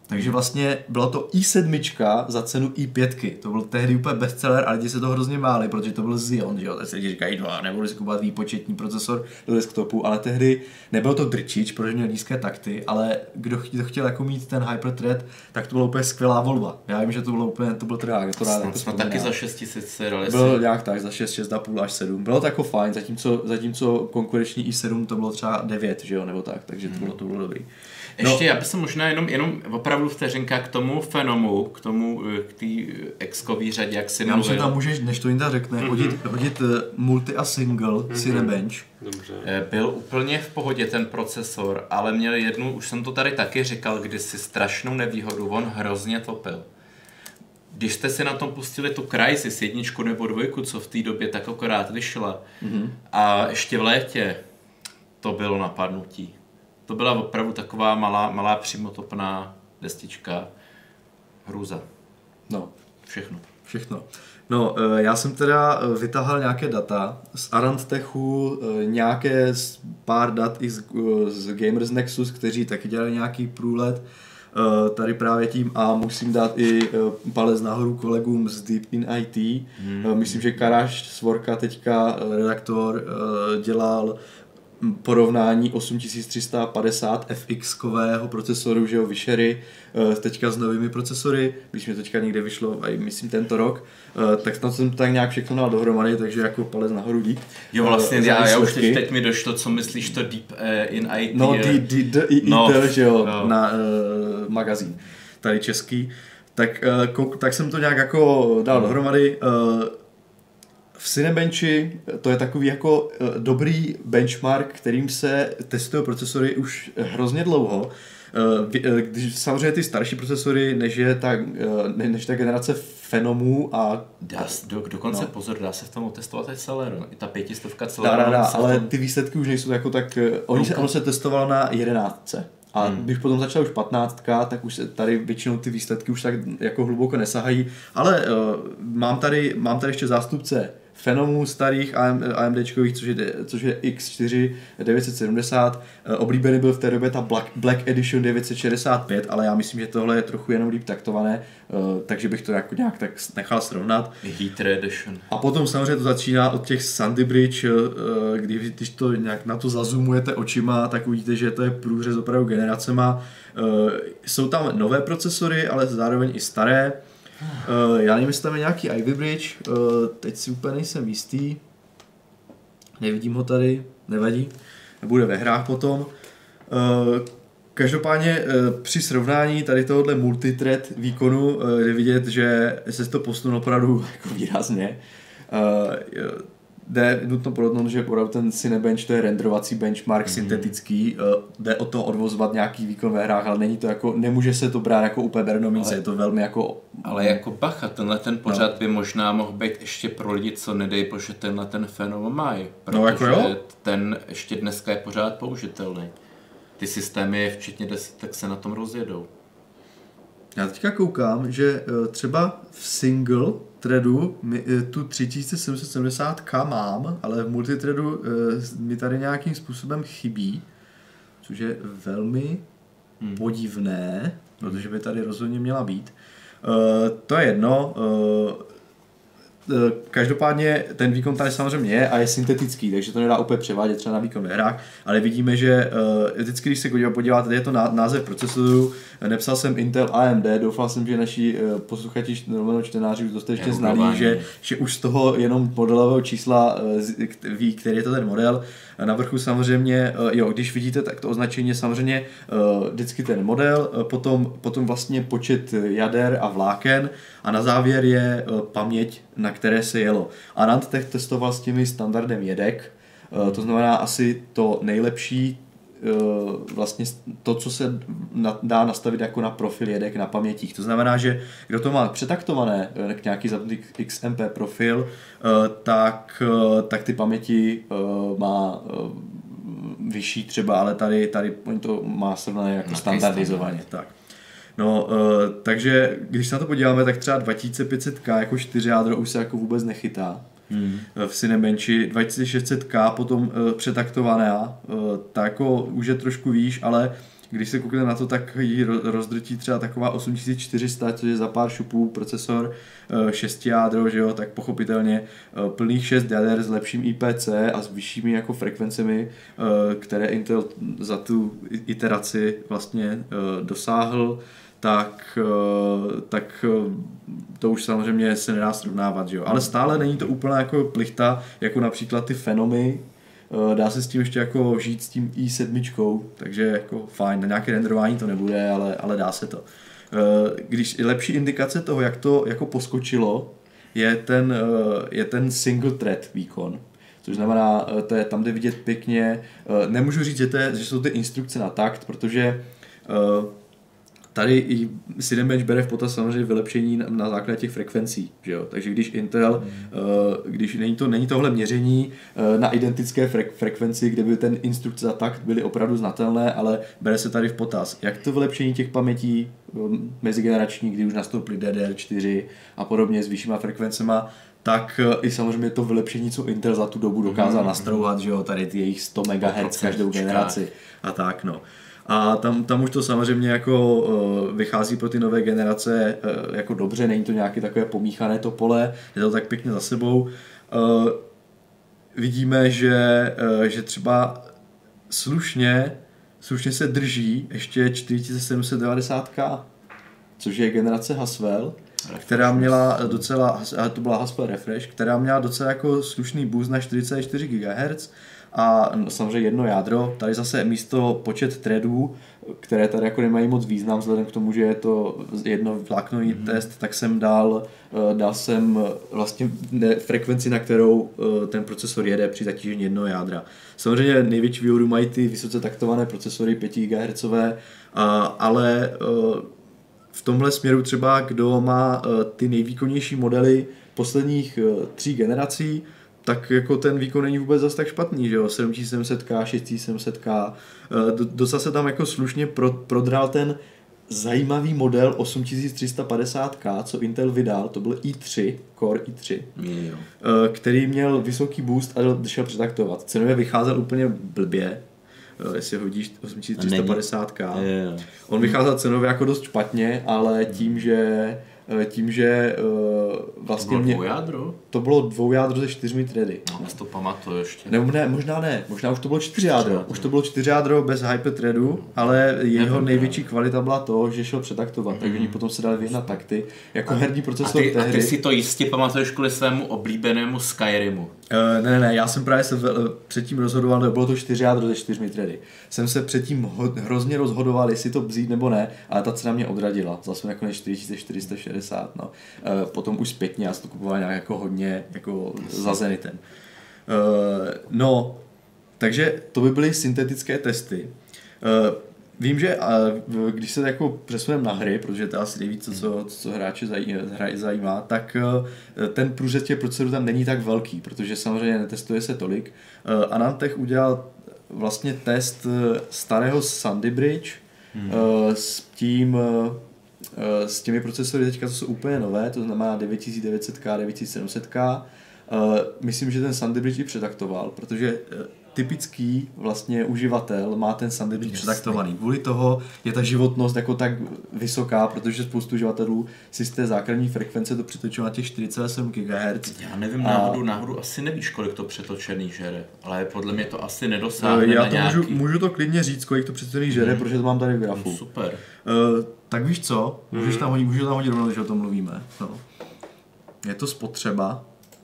Takže vlastně bylo to i sedm za cenu i pět. To byl tehdy úplně bestseller, ale lidi se to hrozně máli, protože to byl Xeon, že jo. Tak se lidi říkají, no, nebudu si kupovat výpočetní procesor do desktopu, ale tehdy nebyl to drčič, protože měl nízké takty, ale kdo chtěl, chtěl jako mít ten Hyperthread, tak to byla úplně skvělá volba. Já vím, že to bylo úplně, to byl trák. To rád, jako jsme taky za šest tisíc se dali. Byl nějak tak, za šest, šest a půl až sedm. Bylo to jako fajn, zatímco, zatímco konkurenční i sedm to bylo třeba devět, že jo, nebo tak, takže to bylo, to bylo dobrý. Ještě no. Já bych se možná jenom, jenom opravdu vteřinka k tomu Phenomu, k tomu, k té X-kový řadě, jak si Já myslím, tam můžeš, než to Jinda řekne, mm-hmm. hodit, hodit multi a single mm-hmm. Cinebench. Dobře. Byl úplně v pohodě ten procesor, ale měl jednu, už jsem to tady taky říkal, kdysi strašnou nevýhodu, on hrozně topil. Když jste si na tom pustili tu Crysis, jedničku nebo dvojku, co v té době tak akorát vyšla, mm-hmm. a ještě v létě, to bylo napadnutí. To byla opravdu taková malá, malá přímotopná destička. Hrůza. No. Všechno. Všechno. No, já jsem teda vytáhl nějaké data z Arantechu, nějaké pár dat i z, z Gamers Nexus, kteří taky dělali nějaký průlet tady právě tím a musím dát i palec nahoru kolegům z Deep in I T. Hmm. Myslím, že Karáš Svorka, teďka redaktor, dělal porovnání osm tisíc tři sta padesát F X-kového procesoru, že jo, Vichery, teďka s novými procesory, když mi teďka někde vyšlo, myslím tento rok, tak tam jsem tak nějak všechno dal dohromady, takže jako palec nahoru dík. Jo, vlastně já, já už teď, teď mi došlo, co myslíš to Deep uh, in I T. No, the, the, the, the no, Eater, že jo, no. na uh, magazín, tady český. Tak, uh, tak jsem to nějak jako dal dohromady. Uh, V Cinebenchi to je takový jako dobrý benchmark, kterým se testují procesory už hrozně dlouho. Když samozřejmě ty starší procesory, než je ta, než ta generace Phenomů a... Dá, do, dokonce no. Pozor, dá se v tom testovat i Celeron. I ta pětistovka Celeron. Dá, dá, dá, ale tom... ty výsledky už nejsou jako tak... Oni se, ono se testovalo na jedenáctce. A hmm. když potom začala už patnáctka, tak už se tady většinou ty výsledky už tak jako hluboko nesahají. Ale uh, mám, tady, mám tady ještě zástupce Phenomů starých AMDčkových, což je, což je X čtyři devět set sedmdesát. Oblíbený byl v té době ta Black, Black Edition devět set šedesát pět, ale já myslím, že tohle je trochu jenom líp taktované, takže bych to jako nějak tak nechal srovnat. Heater Edition. A potom samozřejmě to začíná od těch Sandy Bridge, kdy když to nějak na to zazumujete očima, tak uvidíte, že to je průřez opravdu generacema. Jsou tam nové procesory, ale zároveň i staré. Uh, já nevím, jestli tam je nějaký Ivy Bridge, uh, teď si úplně nejsem jistý, nevidím ho tady, nevadí, bude ve hrách potom. Uh, každopádně uh, při srovnání tady tohohle multithread výkonu uh, je vidět, že se to posunulo opravdu jako výrazně. Uh, Jde nutno podotknout, že opravdu ten Cinebench, to je renderovací benchmark mm. syntetický, uh, jde o to odvozovat nějaký výkon ve hrách, ale není to jako, nemůže se to brát jako úplně bernomice, je to velmi jako... Ale jako bacha, tenhle ten pořad no. by možná mohl být ještě pro lidi, co nedej bože tenhle ten Phenom mají, protože no, jako jo? ten ještě dneska je pořád použitelný. Ty systémy, včetně desítek, se na tom rozjedou. Já teďka koukám, že třeba v single threadu mi, tu tři tisíce sedm set sedmdesát K mám, ale v multithreadu mi tady nějakým způsobem chybí, což je velmi hmm. podivné, protože by tady rozhodně měla být. To je jedno. Každopádně ten výkon tady samozřejmě je a je syntetický, takže to nedá úplně převádět třeba na výkon ve hrách, ale vidíme, že uh, vždycky, když se podíváte, tady je to název procesoru, nepsal jsem Intel A M D, doufal jsem, že naši uh, posluchači, normálně čtenáři už dostatečně znalí, že, že už z toho jenom modelového čísla uh, ví, který je to ten model. Na vrchu samozřejmě, uh, jo, když vidíte, tak to označení je samozřejmě uh, vždycky ten model, uh, potom, potom vlastně počet jader a vláken a na závěr je uh, paměť, na které se jelo. Anantech testoval s těmi standardem jedek, to znamená asi to nejlepší, vlastně to, co se dá nastavit jako na profil jedek na pamětích. To znamená, že kdo to má přetaktované k nějaký zapnutý X M P profil, tak, tak ty paměti má vyšší třeba, ale tady, tady oni to má srovnané jako standardizovaně. Tak. No, uh, takže když se na to podíváme, tak třeba dva tisíce pět set K jako čtyři jádro už se jako vůbec nechytá. Hmm. V Cinebenchi dva tisíce šest set K potom uh, přetaktovaná, uh, tak jako už je trošku výš, ale když se kouknete na to, tak ji rozdrtí třeba taková osm tisíc čtyři sta, což je za pár šupů procesor, šest jádro, že jo, tak pochopitelně plných šest jader s lepším I P C a s vyššími jako frekvencemi, které Intel za tu iteraci vlastně dosáhl, tak, tak to už samozřejmě se nedá srovnávat, že jo. Ale stále není to úplná jako plichta, jako například ty Phenomy. Dá se s tím ještě jako žít s tím i sedm, takže jako fajn, na nějaké renderování to nebude, ale, ale dá se to. Když lepší indikace toho, jak to jako poskočilo, je ten, je ten single thread výkon. Což znamená, to je tam, kde vidět pěkně, nemůžu říct, že, to je, že jsou ty instrukce na takt, protože tady i Cinebench bere v potaz samozřejmě vylepšení na, na základě těch frekvencí, že jo? Takže když Intel, hmm. uh, když není, to, není tohle měření uh, na identické frek- frekvenci, kde by ten instrukce za takt byly opravdu znatelné, ale bere se tady v potaz, jak to vylepšení těch pamětí um, mezigenerační, kdy už nastoupily D D R čtyři a podobně s vyššíma frekvencema, tak uh, i samozřejmě to vylepšení, co Intel za tu dobu dokázal hmm. nastrouhat, že jo? Tady ty jejich sto megahertzů každou generaci a tak, no. A tam, tam už to samozřejmě jako uh, vychází pro ty nové generace uh, jako dobře, není to nějaké takové pomíchané to pole, je to tak pěkně za sebou. Uh, vidíme, že, uh, že třeba slušně, slušně se drží ještě čtyři tisíce sedm set devadesát K, což je generace Haswell, která měla docela, to byla Haswell Refresh, která měla docela jako slušný boost na čtyři celá čtyři gigahertz. A samozřejmě jedno jádro, tady zase místo počet threadů, které tady jako nemají moc význam vzhledem k tomu, že je to jedno vláknový mm-hmm. test, tak jsem dal, dal jsem vlastně frekvenci, na kterou ten procesor jede při zatížení jednoho jádra. Samozřejmě největší výhodu mají ty vysoce taktované procesory pět gigahertzů, ale v tomhle směru třeba kdo má ty nejvýkonnější modely posledních tří generací, tak jako ten výkon není vůbec zase tak špatný, že jo, sedm tisíc sedm set K, šest tisíc sedm set K, docela se tam jako slušně pro, prodral ten zajímavý model osm tisíc tři sta padesát K, co Intel vydal, to byl i tři, Core i tři, je, který měl vysoký boost a šel přetaktovat. Cenově vycházel úplně blbě, jestli hodíš osm tisíc tři sta padesát K. Je, On vycházel cenově jako dost špatně, ale tím, že tím, že uh, vlastně to bylo mě, dvoujádro? To bylo dvoujádro se čtyřmi thready. No, já si to pamatuju ještě. Ne, ne, možná ne, možná už to bylo čtyřjádro. Už to bylo čtyřjádro bez hyperthreadu, ale jeho Nevím, největší ne. kvalita byla to, že šel přetaktovat, mm-hmm. takže oni potom se dali vyhnat takty. Jako a, herní procesor a ty, tehdy. A ty si to jistě pamatuješ kvůli svému oblíbenému Skyrimu. Uh, ne, ne, ne, já jsem právě se v, předtím rozhodoval, že bylo to čtyřjádro se čtyřmi thready. Jsem se předtím ho, hrozně rozhodoval, jestli to vzít nebo ne, ale ta cena mě odradila. Vzal jsem nakonec čtyři tisíce čtyři sta šedesát, no. Uh, potom už zpětně, já jsem to kupoval nějak jako hodně jako za Zenitem. Uh, no, takže to by byly syntetické testy. Uh, vím, že uh, když se jako přesuneme na hry, protože to asi nejvíc, co, co hráče zajímá, tak uh, ten průřez těch procesorů tam není tak velký, protože samozřejmě netestuje se tolik. Uh, Anantech udělal vlastně test starého Sandy Bridge hmm. uh, s tím uh, s těmi procesory teďka, co jsou úplně nové, to znamená devět tisíc devět set K, devět tisíc sedm set K. Uh, myslím, že ten Sandy Bridge i přetaktoval, protože uh, typický vlastně uživatel má ten Sandy Bridge přetaktovaný. Kvůli toho je ta životnost jako tak vysoká, protože spoustu uživatelů si z té základní frekvence to přetočilo na těch čtyři celá sedm gigahertzů. Já nevím, a... náhodou, náhodou asi nevíš, kolik to přetočený žere, ale podle mě to asi nedosáhne Já na to nějaký... můžu, můžu to klidně říct, kolik to přetočený žere, hmm. protože to mám tady v grafu. No, super. Uh, tak víš co? Můžeš hmm. tam hodit, můžu tam hodit rovnou, když o tom mluvíme. No. Je to spotřeba.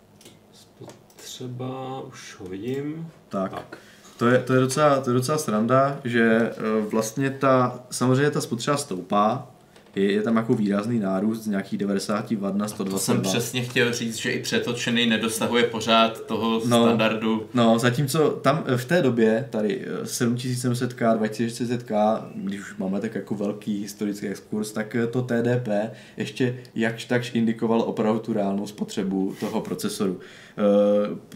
Třeba už ho vidím. Tak. tak. To je, to je docela, to je docela sranda, že vlastně ta, samozřejmě ta spotřeba stoupá, je, je tam jako výrazný nárůst z nějakých devadesát wattů na sto dvacet wattů. To jsem přesně chtěl říct, že i přetočený nedosahuje pořád toho no, standardu. No, zatímco tam v té době, tady sedm tisíc sedm set K, dva tisíce čtyři set K, když už máme tak jako velký historický exkurs, tak to T D P ještě jakž takž indikovalo opravdu tu reálnou spotřebu toho procesoru. E, pro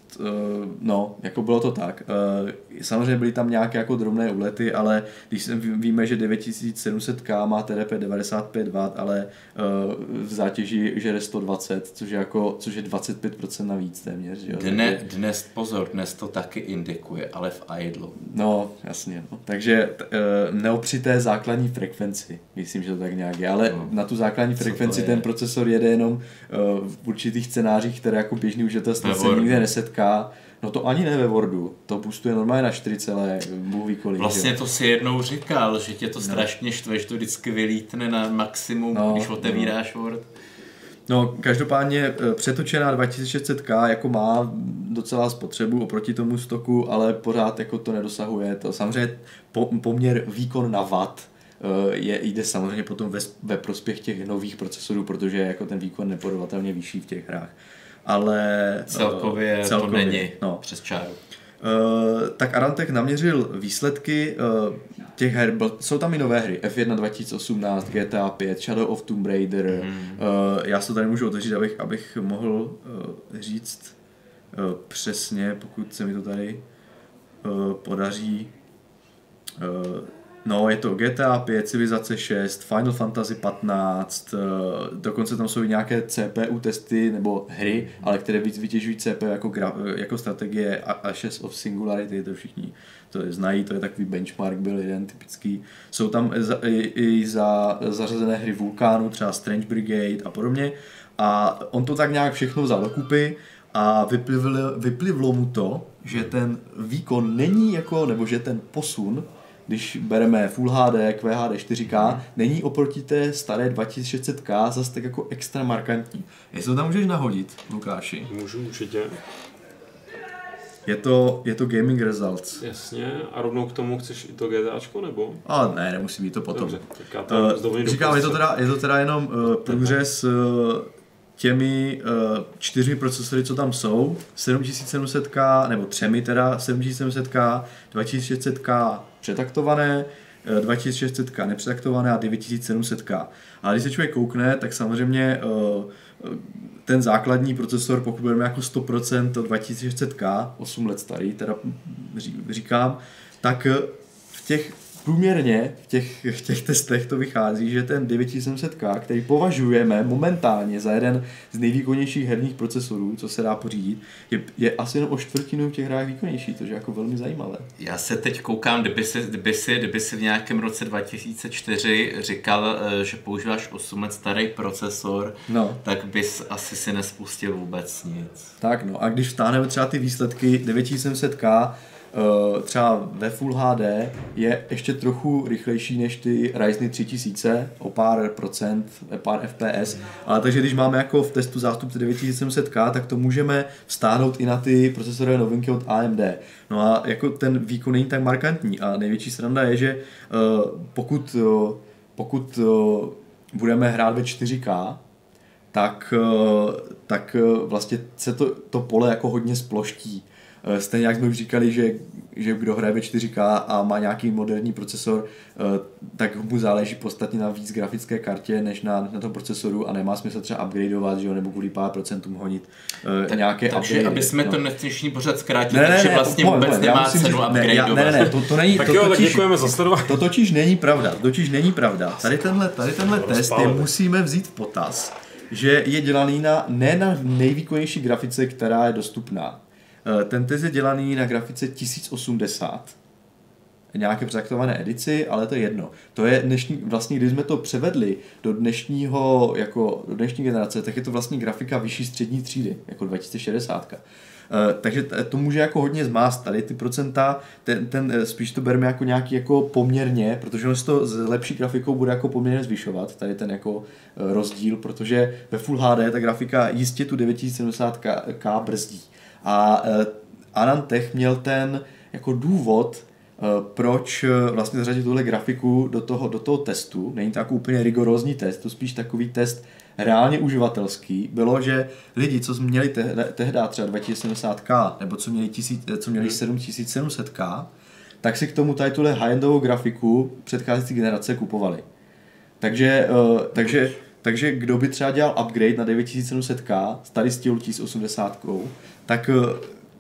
no, jako bylo to tak. Samozřejmě byly tam nějaké jako drobné úlety, ale když víme, že devět tisíc sedm set K má T D P devadesát pět wattů, ale v zátěži žere sto dvacet, což je, jako, což je dvacet pět procent navíc téměř. Jo? Dne, dnes, pozor, dnes to taky indikuje, ale v idlu. No, jasně. No. Takže t, neopři té základní frekvenci, myslím, že to tak nějak je, ale no. Na tu základní frekvenci ten procesor jede jenom v určitých scénářích, které jako běžný uživatel se nikde nesetká. No to ani ne ve Wordu, to boostuje normálně na čtyři celé bůh ví kolik. Vlastně že? To si jednou říkal, že tě to strašně štve, že to vždycky vylítne na maximum, no, když otevíráš no. Word. No, každopádně přetočená dva tisíce šest set K jako má docela spotřebu oproti tomu stoku, ale pořád jako to nedosahuje. To samozřejmě poměr výkon na watt je, jde samozřejmě potom ve, ve prospěch těch nových procesorů, protože jako ten výkon nepodobatelně vyšší v těch hrách. Ale celkově, celkově to není no. Přes čáru. Uh, tak Adantech naměřil výsledky uh, těch her, jsou tam i nové hry, F jedna dva tisíce osmnáct, G T A pět, Shadow of Tomb Raider, mm. uh, já se to tady můžu otevřít, abych, abych mohl uh, říct uh, přesně, pokud se mi to tady uh, podaří. Uh, No, je to G T A pět, Civilizace šest, Final Fantasy patnáct, dokonce tam jsou i nějaké C P U testy nebo hry, ale které víc vytěžují C P U jako, gra, jako strategie Ashes of Singularity, to všichni to znají, to je takový benchmark, byl jeden typický. Jsou tam i, i za, zařazené hry Vulkánu, třeba Strange Brigade a podobně. A on to tak nějak všechno vzal dokupy a vyplivlo, vyplivlo mu to, že ten výkon není jako, nebo že ten posun, když bereme Full H D, Q H D čtyři K, hmm. není oproti té staré dva tisíce šest set K zase tak jako extra markantní. Jestli to tam můžeš nahodit, Lukáši? Můžu určitě. Je to, je to Gaming Results. Jasně, a rovnou k tomu chceš i to GTAčko, nebo? A ne, nemusí být to potom. Dobře, uh, říkám, je to, teda, je to teda jenom uh, průřez uh, těmi uh, čtyřmi procesory, co tam jsou, sedm tisíc sedm set K, nebo třemi teda, sedm tisíc sedm set K, dva tisíce šest set K přetaktované, dva tisíce šest set K nepřetaktované a devět tisíc sedm set K. Ale když se člověk koukne, tak samozřejmě uh, ten základní procesor, pokud budeme jako sto procent dva tisíce šest set K, osm let starý, teda říkám, tak v těch průměrně v těch, v těch testech to vychází, že ten devět tisíc sedm set K, který považujeme momentálně za jeden z nejvýkonnějších herních procesorů, co se dá pořídit, je, je asi jenom o čtvrtinu v těch hrách výkonnější, což je jako velmi zajímavé. Já se teď koukám, kdyby si, kdyby si, kdyby si v nějakém roce dva tisíce čtyři říkal, že používáš osm let starý procesor, no. Tak bys asi si nespustil vůbec nic. Tak no, a když vstáhneme třeba ty výsledky devět tisíc sedm set K, třeba ve Full H D je ještě trochu rychlejší než ty Ryzen tři tisíce o pár procent, pár F P S, ale takže když máme jako v testu zástupce devět tisíc sedm set K, tak to můžeme vztáhnout i na ty procesorové novinky od A M D. No a jako ten výkon není tak markantní a největší sranda je, že pokud, pokud budeme hrát ve čtyři K, tak, tak vlastně se to, to pole jako hodně sploští. Stejně jak jsme už říkali, že, že kdo hraje ve čtyři K a má nějaký moderní procesor, tak mu záleží podstatně na víc grafické kartě než na, na tom procesoru a nemá smysl třeba upgradeovat, že jo, nebo kvůli pár procentům honit tak, nějaké takže upgrade. Aby jsme no. to dnešní pořad zkrátili, ne, ne, takže vlastně ne, vůbec ne, nemá cenu říct, upgradeovat. Ne, ne, ne, to, to není, tak to jo, totiž, tak děkujeme za sledování. To totiž není pravda, to totiž není pravda. Tady tenhle, tady tenhle test je musíme vzít v potaz, že je dělaný na, ne na nejvýkonnější grafice, která je dostupná. Ten test je dělaný na grafice tisíc osmdesát. Nějaké přetaktované edici, ale to je jedno. To je dnešní, vlastně když jsme to převedli do dnešního, jako do dnešní generace, tak je to vlastně grafika vyšší střední třídy, jako dva tisíce šedesát. Uh, takže to může jako hodně zmást tady ty procenta, ten, ten spíš to bereme jako nějaký jako poměrně, protože on se to s lepší grafikou bude jako poměrně zvyšovat, tady ten jako uh, rozdíl, protože ve Full H D ta grafika jistě tu devět tisíc sedmdesát K brzdí. A uh, Adantech měl ten jako důvod, uh, proč uh, vlastně zařadit tuhle grafiku do toho, do toho testu. Není to jako úplně rigorózní test, to spíš takový test reálně uživatelský. Bylo, že lidi, co měli tehdy třeba dva tisíce sedmdesát K, nebo co měli, tisíc, co měli sedm tisíc sedm set K, tak si k tomu tady tuhle high-endovou grafiku předcházející generace kupovali. Takže, uh, takže Takže kdo by třeba dělal upgrade na devět tisíc sedm set K, tady s tím tisíc osmdesát, tak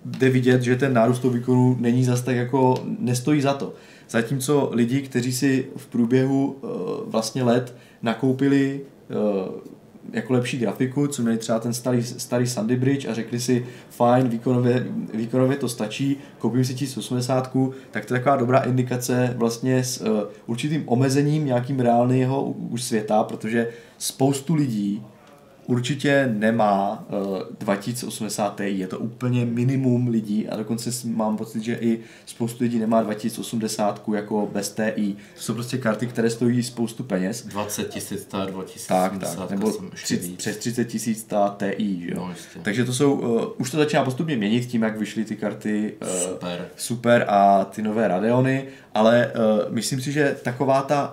jde vidět, že ten nárůst toho výkonu není zas tak jako, nestojí za to. Zatímco lidi, kteří si v průběhu uh, vlastně let nakoupili uh, jako lepší grafiku, co měli třeba ten starý, starý Sandy Bridge a řekli si, fajn, výkonově, výkonově to stačí, koupím si tisíc osmdesát, tak to je taková dobrá indikace vlastně s uh, určitým omezením nějakým reálného už světa, protože spoustu lidí určitě nemá uh, dva tisíce osmdesát Ti, je to úplně minimum lidí a dokonce mám pocit, že i spoustu lidí nemá dva tisíce osmdesát jako bez Ti. To jsou prostě karty, které stojí spoustu peněz. dvacet tisíc ta dva tisíce osmdesát. Tak, tak, nebo tři, přes třicet tisíc ta Ti, že jo. No, takže to jsou, uh, už to začíná postupně měnit tím, jak vyšly ty karty uh, super. super a ty nové Radeony, ale uh, myslím si, že taková ta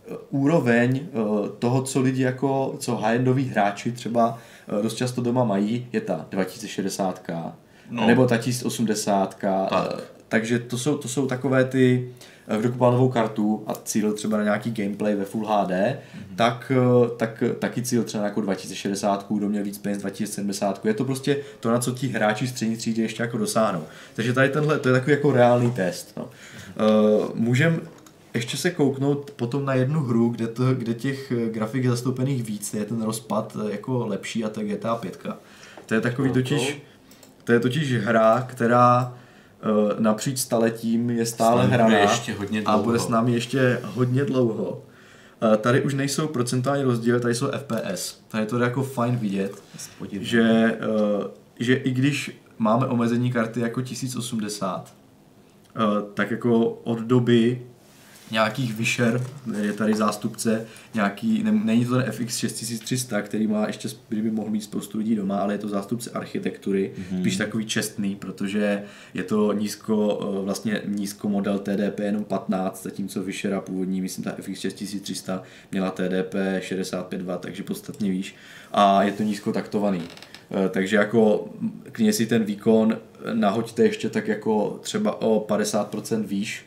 úroveň toho, co lidi jako, co high-endoví hráči třeba dost často doma mají, je ta dva tisíce šedesát, no. nebo ta tisíc osmdesát. Tak. Takže to jsou, to jsou takové ty, kdo kupoval novou kartu a cíl třeba na nějaký gameplay ve Full H D, mm-hmm. tak, tak taky cíl třeba na jako dva tisíce šedesát, kdo měl víc peněz dva tisíce sedmdesát. Je to prostě to, na co ti hráči střední třídy ještě jako dosáhnou. Takže tady tenhle, to je takový jako reálný test. No. Uh, můžem ještě se kouknout potom na jednu hru, kde, to, kde těch grafik je zastoupených víc, je ten rozpad jako lepší a to je G T A pět. To je takový totiž, to je totiž hra, která uh, napříč staletím je stále hraná a bude s námi ještě hodně dlouho. Uh, tady už nejsou procentuální rozdíly, tady jsou F P S. Tady to je jako fajn vidět, že, uh, že i když máme omezení karty jako tisíc osmdesát, uh, tak jako od doby nějakých Visher, je tady zástupce, nějaký, ne, není to ten F X šest tři sta, který má ještě, by mohl mít spoustu lidí doma, ale je to zástupce architektury, mm-hmm. spíš takový čestný, protože je to nízko, vlastně nízko model T D P jenom patnáct, zatímco Vishera původní, myslím ta F X šest tři sta měla T D P šedesát pět wattů, takže podstatně výš a je to nízko taktovaný. Takže jako klidně si ten výkon nahoďte ještě tak jako třeba o padesát procent výš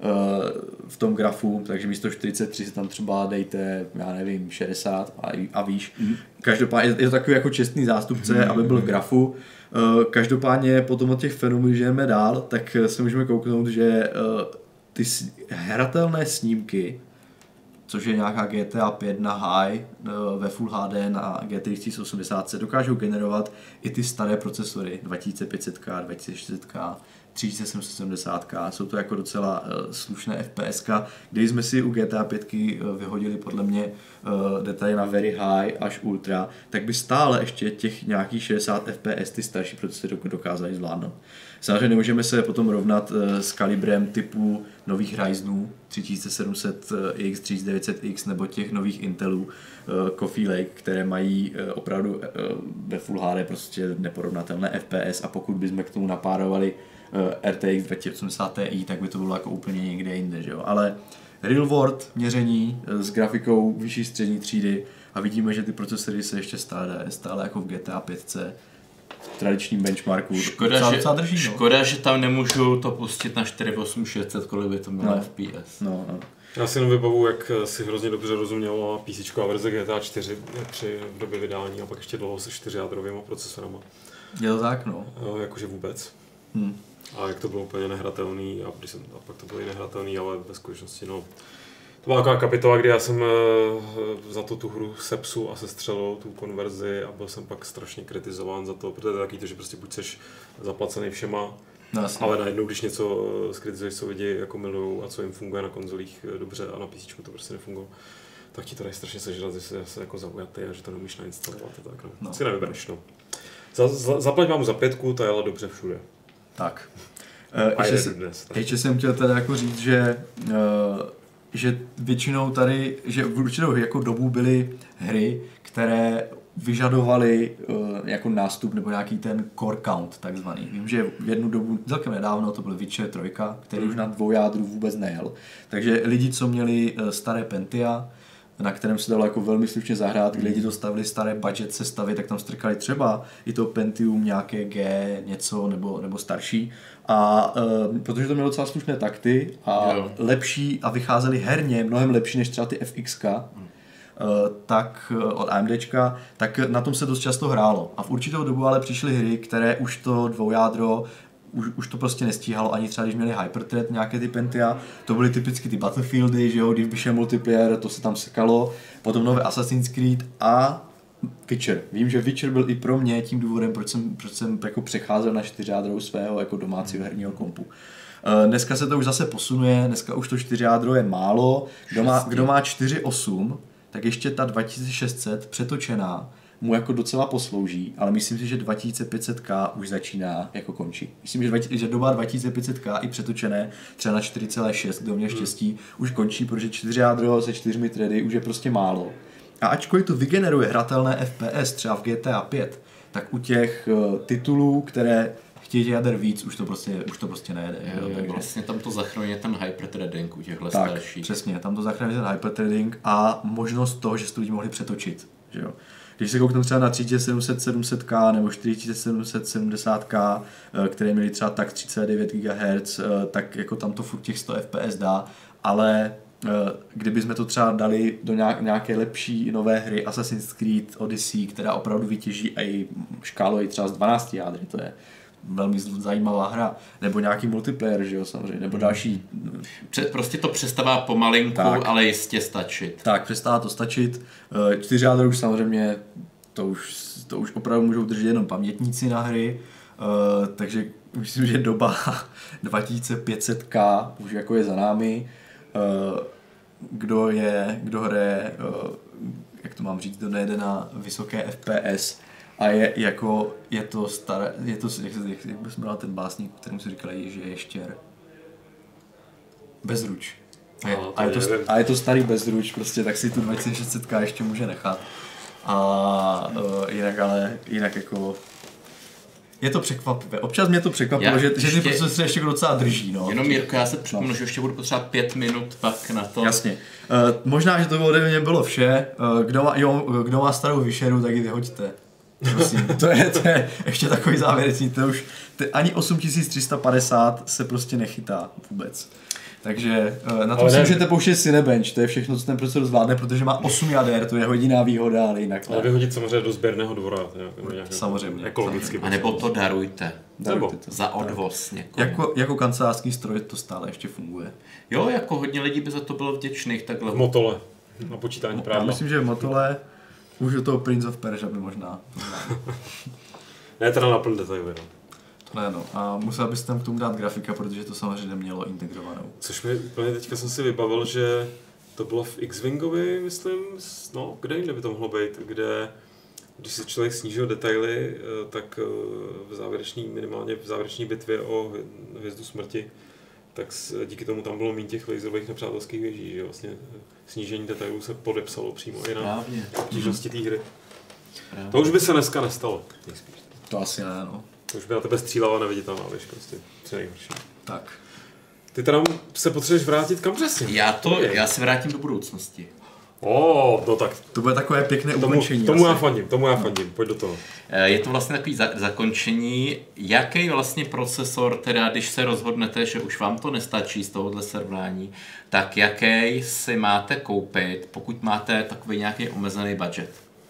v tom grafu, takže místo čtyřicet tři si tam třeba dejte, já nevím, šedesát a, a výš. Mm. Každopádně je to takový jako čestný zástupce, mm. aby byl v grafu. Každopádně potom od těch fenomenů, že jdeme dál, tak se můžeme kouknout, že ty hratelné snímky, což je nějaká G T A pět na high, ve Full H D na G T X osmdesát, se dokážou generovat i ty staré procesory dva tisíce pět set K, dva tisíce čtyři set K, tři tisíce sedm set sedmdesát K, jsou to jako docela uh, slušné F P S ka, kdy jsme si u G T A pět uh, vyhodili podle mě uh, detaily na very high až ultra, tak by stále ještě těch nějakých šedesát F P S ty starší procesory dokázali zvládnout. Samozřejmě nemůžeme se potom rovnat uh, s kalibrem typu nových Ryzenů tři tisíce sedm set X, tři tisíce devět set X nebo těch nových Intelů uh, Coffee Lake, které mají uh, opravdu uh, ve Full H D prostě neporovnatelné F P S a pokud bychom k tomu napárovali R T X dva tisíce osmdesát Ti, tak by to bylo jako úplně někde jinde, že jo? Ale real world měření s grafikou vyšší střední třídy a vidíme, že ty procesory se ještě stále, stále jako v G T A pět v tradičním benchmarku. Škoda, docela, že, docela drží, no. Škoda, že tam nemůžu to pustit na čtyři osm šest set, kolik by to mělo no. F P S. No, no. Já si jenom vybavu, jak si hrozně dobře rozuměla písíčková verze G T A čtyři při v době vydání a pak ještě dlouho se čtyřjádrovýma procesorama. Je to tak, no. Jakože vůbec. Hmm. A jak to bylo úplně nehratelný, a, když jsem, a pak to bylo i nehratelný, ale ve skutečnosti, no. To byla taková kapitola, kdy já jsem e, za to tu hru sepsu a sestřelil tu konverzi a byl jsem pak strašně kritizován za to, protože to je taky to, že prostě buď seš zaplacený všema, no, ale najednou, když něco skritizuješ, co lidi jako milujou a co jim funguje na konzolích dobře a na P C to prostě nefunguje, tak ti to dají strašně sežrat, že jsi jako zaujatý a že to nemůžeš nainstalovat a tak, no. no. Si nevybereš, no. Za, za, zaplať mám za pětku, ta jela dobře všude. Tak. Uh, ještě, se, dnes, ještě jsem chtěl teda jako říct, že, uh, že většinou tady, že v určitou jako dobu byly hry, které vyžadovaly uh, jako nástup nebo nějaký ten core count takzvaný. Vím, že v jednu dobu, celkem nedávno, to byl Witcher tři, který mm. už na dvou jádru vůbec nejel. Takže lidi, co měli uh, staré Pentia, na kterém se dalo jako velmi slušně zahrát, kdy lidi dostavili staré budget sestavy, tak tam strkali třeba i to Pentium nějaké G, něco nebo, nebo starší. A uh, protože to mělo docela slušné takty a jo. lepší a vycházely herně mnohem lepší než třeba ty F X ka, hmm. uh, tak uh, od AMDčka, tak na tom se dost často hrálo. A v určitou dobu ale přišly hry, které už to dvoujádro už, už to prostě nestíhalo, ani třeba když měli Hyperthread, nějaké ty Pentia, to byly typicky ty Battlefieldy, že jo, když vyšel multiplayer, to se tam sekalo, potom nové Assassin's Creed a Witcher. Vím, že Witcher byl i pro mě tím důvodem, proč jsem, proč jsem jako přecházel na čtyřjádrou svého jako domácího herního kompu. Dneska se to už zase posunuje, dneska už to čtyřjádro je málo, kdo má, kdo má čtyři osm, tak ještě ta dva tisíce šest set přetočená mu jako docela poslouží, ale myslím si, že dva tisíce pět set K už začíná jako končí. Myslím, že, dva, že doba dva tisíce pět set K i přetočené třeba na čtyři celá šest, kdo měl štěstí, hmm. už končí, protože čtyřjádro se čtyřmi thready už je prostě málo. A ačkoliv to vygeneruje hratelné F P S třeba v G T A pět, tak u těch uh, titulů, které chtějí jader víc, už to prostě, už to prostě nejede. Jo, jo, takže vlastně tam to zachraňuje ten hyperthreading u těchhle tak, starších. Přesně, tam to zachraňuje ten hyperthreading a možnost toho, že se to lidi mohli přetočit. Že jo? Když se kouknu třeba na tři tisíce sedm set sedm set K nebo čtyři tisíce sedm set sedmdesát K, které měly třeba tak tři celá devět gigahertz, tak jako tam to furt těch sto F P S dá, ale kdybychom to třeba dali do nějaké lepší nové hry, Assassin's Creed Odyssey, která opravdu vytěží i škálu i třeba z dvanácti jádry, to je velmi zajímavá hra, nebo nějaký multiplayer, že jo, samozřejmě, nebo další. Prostě to přestává pomalinku, tak, ale jistě stačit. Tak, přestává to stačit. Čtyři jádra už samozřejmě, to už, to už opravdu můžou držet jenom pamětníci na hry, takže myslím, že doba dva tisíce pět set K už jako je za námi. Kdo je, kdo hraje, jak to mám říct, kdo nejde na vysoké F P S a je jako, je to staré, je to, jak, jak, jak bys měl ten básník, kterému si říkali, že je štěr. Bezruč. A je, a, je to, a je to starý bezruč, prostě, tak si tu dva tisíce šest set K ještě může nechat. A uh, jinak ale, jinak jako je to překvapivé. Občas mě to překvapilo, že, že ty procesory ještě docela drží. No. Jenom Jirko, já se připomenu, no. že ještě budu potřebovat pět minut pak na to. Jasně. Uh, možná, že to ode mě bylo vše. Uh, kdo, má, jo, kdo má starou vyšeru, tak ji vyhoďte. Prosím. to, je, to je ještě takový závěrečný. To už, to, ani osm tisíc tři sta padesát se prostě nechytá vůbec. Takže uh, na to si můžete pouštět Cinebench, to je všechno, co ten procesor zvládne, protože má osm jader, to je jediná výhoda, ale jinak ne. Ale vyhodit samozřejmě do sběrného dvora, nějak, samozřejmě. Ekologicky. A nebo to darujte. darujte to. Za odvoz někomu. Jako, jako kancelářský stroj to stále ještě funguje. Jo, jako hodně lidí by za to bylo vděčných. Takhle. V Motole, na počítání právě. Já myslím, že v Motole už do toho Prince of Persia by možná. Ne, teda na plný detailu, no. Ne, no. A musel bys tam k tomu dát grafika, protože to samozřejmě nemělo integrovanou. Což mi úplně teďka jsem si vybavil, že to bylo v X-Wingovi, myslím, no, kde jinde by to mohlo být, kde když si člověk snížil detaily, tak v závěrečný, minimálně v závěrečné bitvě o Hvězdu smrti, tak díky tomu tam bylo méně těch laserových nepřátelských věží, že vlastně snížení detailů se podepsalo přímo i na obtížnosti té hry. Právě. To už by se dneska nestalo. Nejspíš. To asi ne, no. Už by na tebe střílala neviditelná věž, prostě. Co nejhorší. Tak. Ty teda se potřebuješ vrátit kam přesně? Já to, já se vrátím do budoucnosti. O, no tak. To bude takové pěkné ukončení. Tomu, tomu já fandím, tomu já fandím, pojď do toho. Je to vlastně takový za- zakončení. Jaký vlastně procesor, teda když se rozhodnete, že už vám to nestačí z tohohle srovnání, tak jaký si máte koupit, pokud máte takový nějaký omezený budget?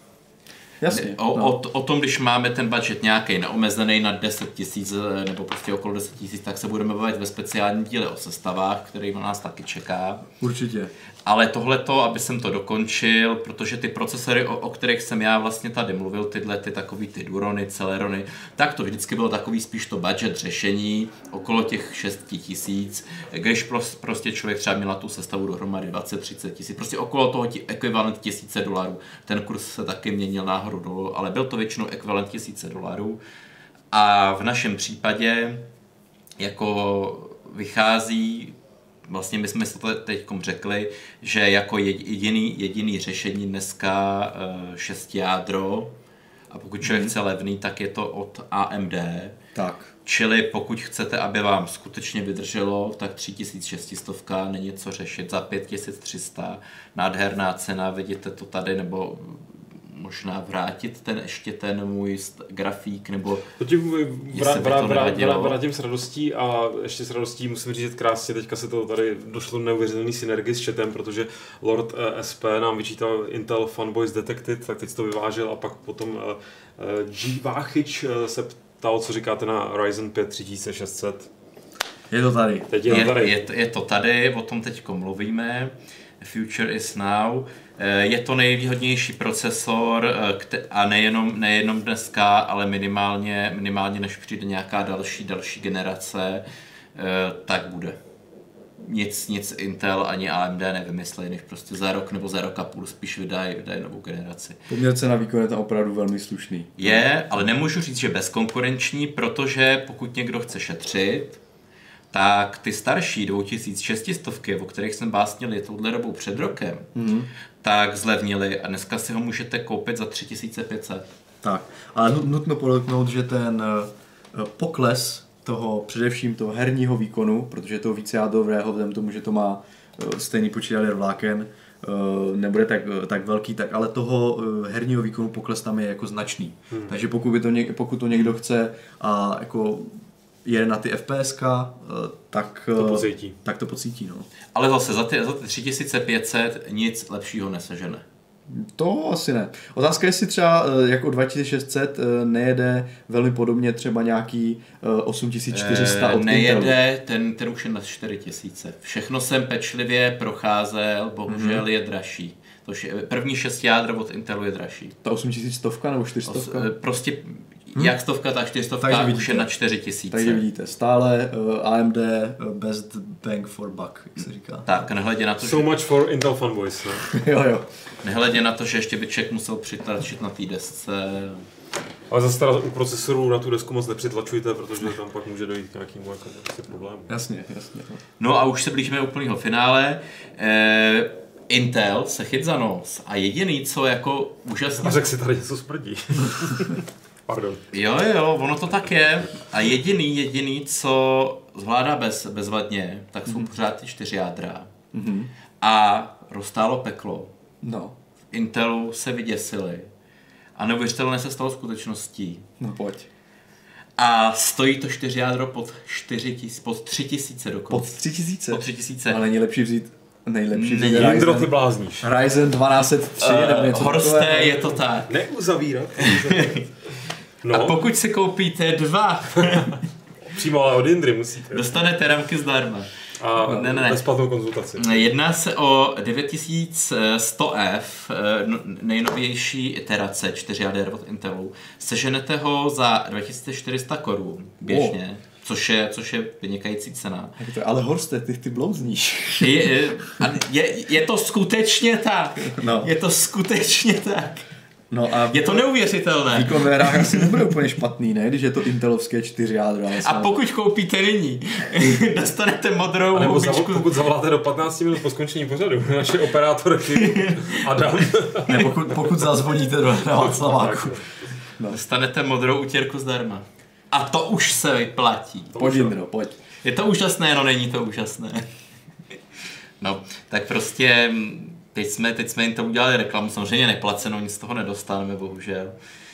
Jasně, o, no. o, o tom, když máme ten budget nějaký neomezený na deset tisíc nebo prostě okolo deset tisíc, tak se budeme bavit ve speciálním díle o sestavách, který na nás taky čeká. Určitě. Ale tohleto, aby jsem to dokončil, protože ty procesory, o, o kterých jsem já vlastně tady mluvil, tyhle ty takový ty Durony, Celerony, tak to vždycky bylo takový spíš to budget řešení okolo těch šest tisíc, když prostě člověk třeba měl na tu sestavu dohromady dvacet třicet tisíc, prostě okolo toho ekvivalent tisíce dolarů. Ten kurz se taky měnil nahoru dolů, ale byl to většinou ekvivalent tisíce dolarů. A v našem případě jako vychází, vlastně my jsme si to teď řekli, že jako jediný, jediný řešení dneska šest jádro, a pokud člověk chce levný, tak je to od A M D. Tak. Čili pokud chcete, aby vám skutečně vydrželo, tak tři tisíce šest set není co řešit, za pět tisíc tři sta, nádherná cena, vidíte to tady, nebo možná vrátit ten ještě ten můj grafík, nebo to ti vrát, vrát, vrát, vrát, vrátím s radostí a ještě s radostí musím říct krásně, teďka se to tady došlo neuvěřitelný synergii s chatem, protože Lord eh, S P nám vyčítal Intel Fanboys Detected, tak teď to vyvážel a pak potom eh, G. Váchyč eh, se ptalo, co říkáte na Ryzen pět tři tisíce šest set. Je to tady. Teď je, je, tady. Je, je to tady, o tom teď mluvíme. Future is now. Je to nejvýhodnější procesor a nejenom, nejenom dneska, ale minimálně, minimálně než přijde nějaká další, další generace, tak bude. Nic, nic Intel ani A M D nevymyslí, než prostě za rok nebo za rok a půl spíš vydají, vydají novou generaci. Poměr cena výkon je tam opravdu velmi slušný. Je, ale nemůžu říct, že bezkonkurenční, protože pokud někdo chce šetřit, tak ty starší dva tisíce šest set, o kterých jsme básnili touhle dobou před rokem, mm-hmm. tak zlevnili a dneska si ho můžete koupit za tři tisíce pět set. Tak, ale nutno podotknout, že ten pokles toho především toho herního výkonu, protože je to více jádrového, vzhledem tomu, že to má stejný počet jader vláken, nebude tak, tak velký, tak ale toho herního výkonu pokles tam je jako značný. Hmm. Takže pokud, by to něk, pokud to někdo chce a jako jede na ty FPSka, tak to pocítí. Tak to pocítí, no. Ale zase za ty, za ty tři tisíce pět set nic lepšího nesežene. To asi ne. Otázka je, jestli třeba jako dva tisíce šest set nejede velmi podobně třeba nějaký osm tisíc čtyři sta od Nejede, ten, ten už je na čtyři tisíce. Všechno jsem pečlivě procházel, bohužel mm-hmm. je dražší. To je, první šest jádro od Intelu je dražší. Ta osm tisíc stovka nebo čtyři sta? Prostě hmm. jak stovka, tak čtyřstovka už je na čtyři tisíce. Takže vidíte, stále uh, A M D uh, best bang for buck, jak se říká. Tak, nehledě na to, So že... much for Intel fanboys, ne? jo, jo. Nehledě na to, že ještě by člověk musel přitlačit na té desce. Ale zase teda u procesorů na tu desku moc nepřitlačujte, protože tam pak může dojít k nějakému jako problému. Jasně, jasně. No a už se blížíme úplného finále. Eh, Intel se chyt za nos a jediný, co jako úžasný... A řekl si tady něco smrdí. Pardon. Jo, jo, ono to tak je. A jediný, jediný, co zvládá bez, bezvadně, tak jsou mm. pořád ty čtyři jádra. Mm-hmm. A roztálo peklo. No. V Intelu se vyděsili. A neuvěřitelné se stalo skutečností. No pojď. A stojí to čtyři jádro pod, čtyři tis, pod tři tisíce dokonce. Pod tři tisíce? Pod tři tisíce. Ale není lepší vzít nejlepší vzít Ryzen. Ty blázníš. Ryzen dvanáct set tři uh, nebo něco Horste, takové. Je to tak. Neuzavírat. No. A pokud si koupíte dva, přímo ale od Indry musíte. Dostanete ramky zdarma. A ne, ne, ne. bezplatnou konzultaci. Jedná se o devět tisíc sto F, nejnovější iterace čtyři jader od Intelu. Seženete ho za dva tisíce čtyři sta korun běžně. Oh. Což je, což je vynikající cena. Ale Horste, ty, ty blouzníš. Je, je, je to skutečně tak. No. Je to skutečně tak. No a je to neuvěřitelné. Výkon ve hrách asi nebude úplně špatný, ne? Když je to intelovské čtyři jádra. A pokud koupíte nyní, dostanete modrou nebo hubičku. Pokud zavoláte do patnácti minut po skončení pořadu, naše operátorky Adam. Ne, pokud, pokud zazvoníte do Václaváku. No. Dostanete modrou utěrku zdarma. A to už se vyplatí. Pojď, Indro, pojď. Je to úžasné, no není to úžasné. No, tak prostě teď jsme, teď jsme jim to udělali reklamu, samozřejmě neplacenou, nic z toho nedostaneme, bohužel.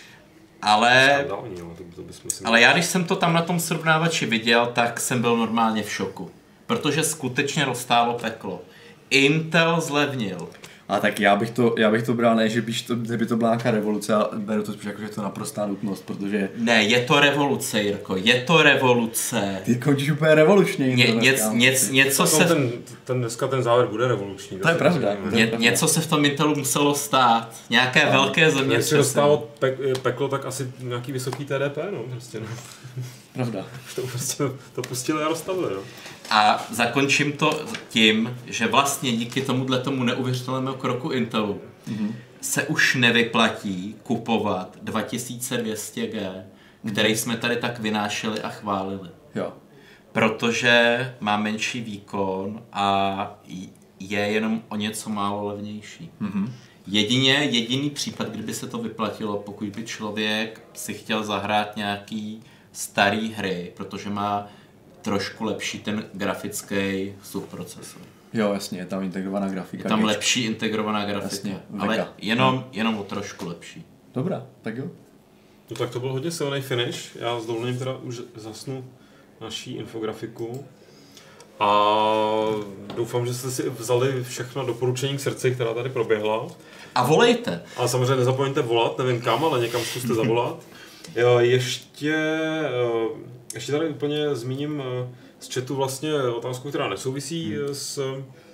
Ale, ale já, když jsem to tam na tom srovnávači viděl, tak jsem byl normálně v šoku. Protože skutečně roztálo peklo. Intel zlevnil. A tak já bych to, já bych to bral, ne, že by to, by to byla nějaká revoluce, ale beru to spíš jako, že je to naprostá nutnost, protože... Ne, je to revoluce, Jirko, je to revoluce. Ty končíš úplně revolučně. Ně, něc, něc, něco se... Ten, ten dneska ten závěr bude revoluční. To je pravda. Ně, něco se v tom Intelu muselo stát. Nějaké a, velké země. Když se dostalo pe, peklo, tak asi nějaký vysoký T D P, no, prostě, no. Pravda. To prostě to pustili a rozstavili, no. A zakončím to tím, že vlastně díky tomuhle tomu neuvěřitelnému kroku Intelu mm-hmm. se už nevyplatí kupovat dva tisíce dvě stě G, mm-hmm. který jsme tady tak vynášeli a chválili. Jo. Protože má menší výkon a je jenom o něco málo levnější. Mm-hmm. Jedině, jediný případ, kdyby se to vyplatilo, pokud by člověk si chtěl zahrát nějaký starý hry, protože má trošku lepší ten grafický subprocesor. Jo, jasně, je tam integrovaná grafika. Je tam lepší integrovaná grafika, jasně, ale jenom, jenom o trošku lepší. Dobrá, tak jo. No tak to byl hodně silný finish, já s dovolením teda už zasnu naší infografiku. A doufám, že jste si vzali všechno doporučení k srdci, která tady proběhla. A volejte. A samozřejmě nezapomeňte volat, nevím kam, ale někam zkuste zavolat. Jo, ještě, ještě tady úplně zmíním z chatu vlastně otázku, která nesouvisí hmm. s,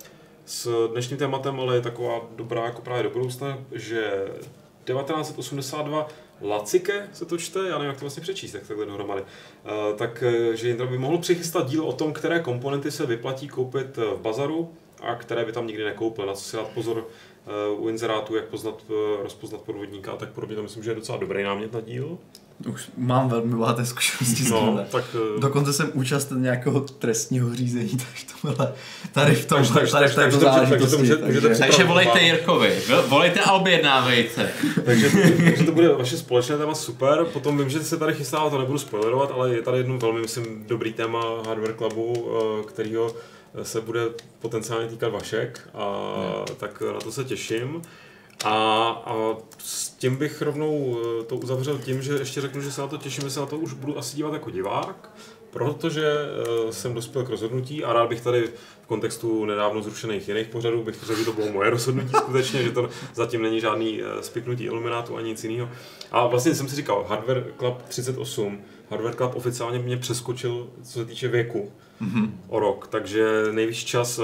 s dnešním tématem, ale je taková dobrá jako právě do budoucna, že devatenáct set osmdesát dva Lacike se to čte, já nevím, jak to vlastně přečíst, jak takhle dohromady. Uh, tak, že Jindra by mohl přichystat díl o tom, které komponenty se vyplatí koupit v bazaru a které by tam nikdy nekoupil. Na co si dát pozor uh, u inzerátu, jak poznat, uh, rozpoznat podvodníka a tak podobně. To myslím, že je docela dobrý námět na díl. Už mám velmi bohaté zkušenosti s no, tímhle. Tak, uh... Dokonce jsem účastnil nějakého trestního řízení, takže tohle tady v tom, takže, tady, tady v této záležitosti. Takže volejte Jirkovi, volejte a objednávejte. takže, takže to bude vaše společné téma super. Potom vím, že se tady chystá, to nebudu spoilerovat, ale je tady jedno velmi, myslím, dobrý téma Hardware Clubu, kterýho se bude potenciálně týkat Vašek, a ne. tak na to se těším. A, a s tím bych rovnou to uzavřel tím, že ještě řeknu, že se na to těším, že se na to už budu asi dívat jako divák, protože jsem dospěl k rozhodnutí a rád bych tady v kontextu nedávno zrušených jiných pořadů bych řekl, že to bylo moje rozhodnutí skutečně, že to zatím není žádný spiknutí Illuminátu ani nic jiného. A vlastně jsem si říkal, Hardware Club třicet osm, Hardware Club oficiálně mě přeskočil, co se týče věku, mm-hmm. o rok, takže nejvyšší čas.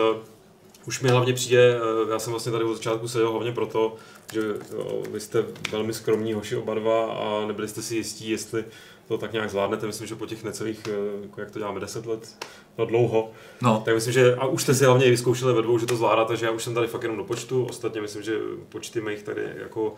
Už mi hlavně přijde, já jsem vlastně tady od začátku seděl hlavně proto, že jo, vy jste velmi skromní hoši oba dva a nebyli jste si jistí, jestli to tak nějak zvládnete. Myslím, že po těch necelých, jako jak to děláme, deset let, no dlouho. No. Tak myslím, že a už jste si hlavně i vyzkoušeli ve dvou, že to zvládáte, že já už jsem tady fakt jenom do počtu. Ostatně myslím, že počty mých tady jako,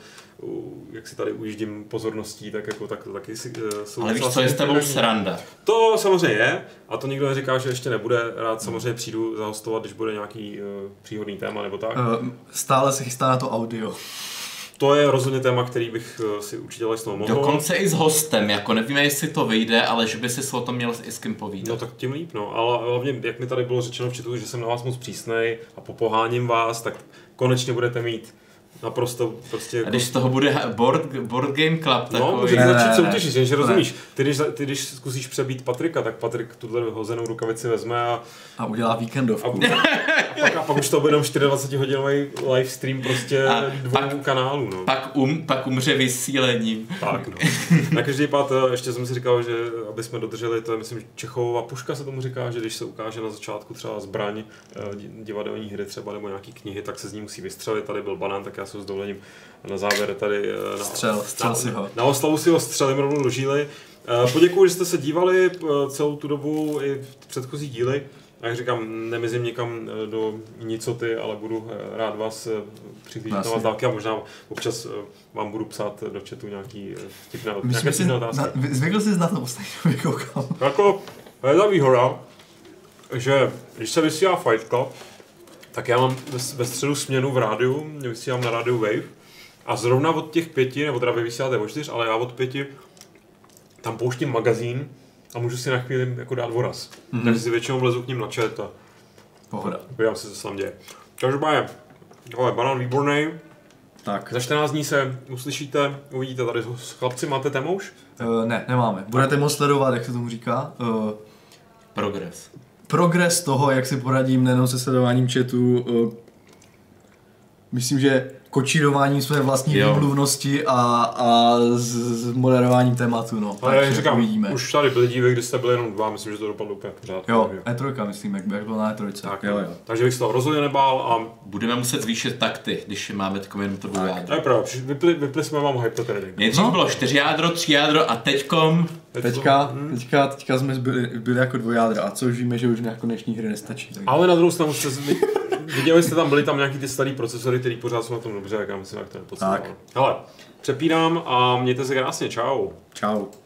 jak si tady ujíždím pozorností, tak jako tak to taky si, jsou. Ale víš, co je s tebou sranda? To samozřejmě je a to nikdo neříká, že ještě nebude. Rád samozřejmě přijdu zahostovat, když bude nějaký uh, příhodný téma nebo tak. Uh, stále se chystá na to audio. To je rozhodně téma, který bych si určitě lesnout mohl. Dokonce i s hostem, jako nevíme, jestli to vyjde, ale že by si o tom měl i s kým povídat. No tak tím líp, no, ale hlavně, jak mi tady bylo řečeno v chatu, že jsem na vás moc přísnej a popoháním vás, tak konečně budete mít naprosto prostě... A když z toho bude board, board Game Club takový... No, můžeš začít soutěžit, jenže rozumíš. Ty když, ty když zkusíš přebít Patrika, tak Patrik tuhle hozenou rukavici vezme a... A udělá víkendovku. A, a, pak, a pak už to bude jenom dvacetihodinový live stream prostě a dvou pak, kanálů, no. Pak, um, pak umře vysílením. Tak, no. Na každý pád ještě jsem si říkal, že aby jsme dodrželi, to je myslím Čechová puška se tomu říká, že když se ukáže na začátku třeba zbraň, divadelní hry třeba nebo nějaký knihy, tak se z ní musí vystřelit. Tady byl banán, tak já s dovolením na závěr tady na, střel, střel na, si ho. Na oslavu si ho střelím rovnou do žíly. Poděkuju, že jste se dívali celou tu dobu i v předchozí díly. A jak říkám, nemizím někam do nicoty, ale budu rád vás přihlížet na vás dálky a možná občas vám budu psát do chatu nějaký vtipné otázky. Zvykl jsi na to poslední době koukám. Jako, je ta výhoda, že když se vysílá Fight Club, tak já mám ve středu směnu v rádiu, vysílám na rádiu Wave a zrovna od těch pěti, nebo teda vy vysíláte o čtyř, ale já od pěti tam pouštím magazín a můžu si na chvíli jako dát voraz. Mm-hmm. Takže si většinou vlezu k ním na chat a pohoda. Podívám si, co se tam děje. Každopádně, tohle je banán výborný. Tak. Za čtrnáct dní se uslyšíte, uvidíte tady s chlapci, máte téma už? Uh, ne, nemáme. Budete moct sledovat, jak se tomu říká. Uh, progres. Progres toho, jak si poradím nejenom se sledováním chatu. Uh, myslím, že kočírováním své vlastní výmluvnosti a, a s, s moderováním tématu, no. Ale já říkám, uvidíme. Už tady byli dívy, kdy jste byli jenom dva, myslím, že to dopadlo úplně pořád. Jo, E tři, myslím, jak, jak bylo na E tři. Tak, jo, jo. Takže bych se toho rozhodně nebál a... Budeme muset zvýšit takty, když máme takové jenom to dvou jádro. To je pravda, vypli, vypli jsme vám hypotrading. Nejdřív no. bylo čtyři jádro, tři jádro a teďkom... Teďka, hmm. teďka, teďka jsme byli, byli jako dvojádra a co už víme, že už jako dnešní hry nestačí. Takže. Ale na druhou stranu jste viděli jste tam, byly tam nějaký ty starý procesory, který pořád jsou na tom dobře, jak já myslím, jak to nepodstatné. Hele, přepínám a mějte se krásně, čau. Čau.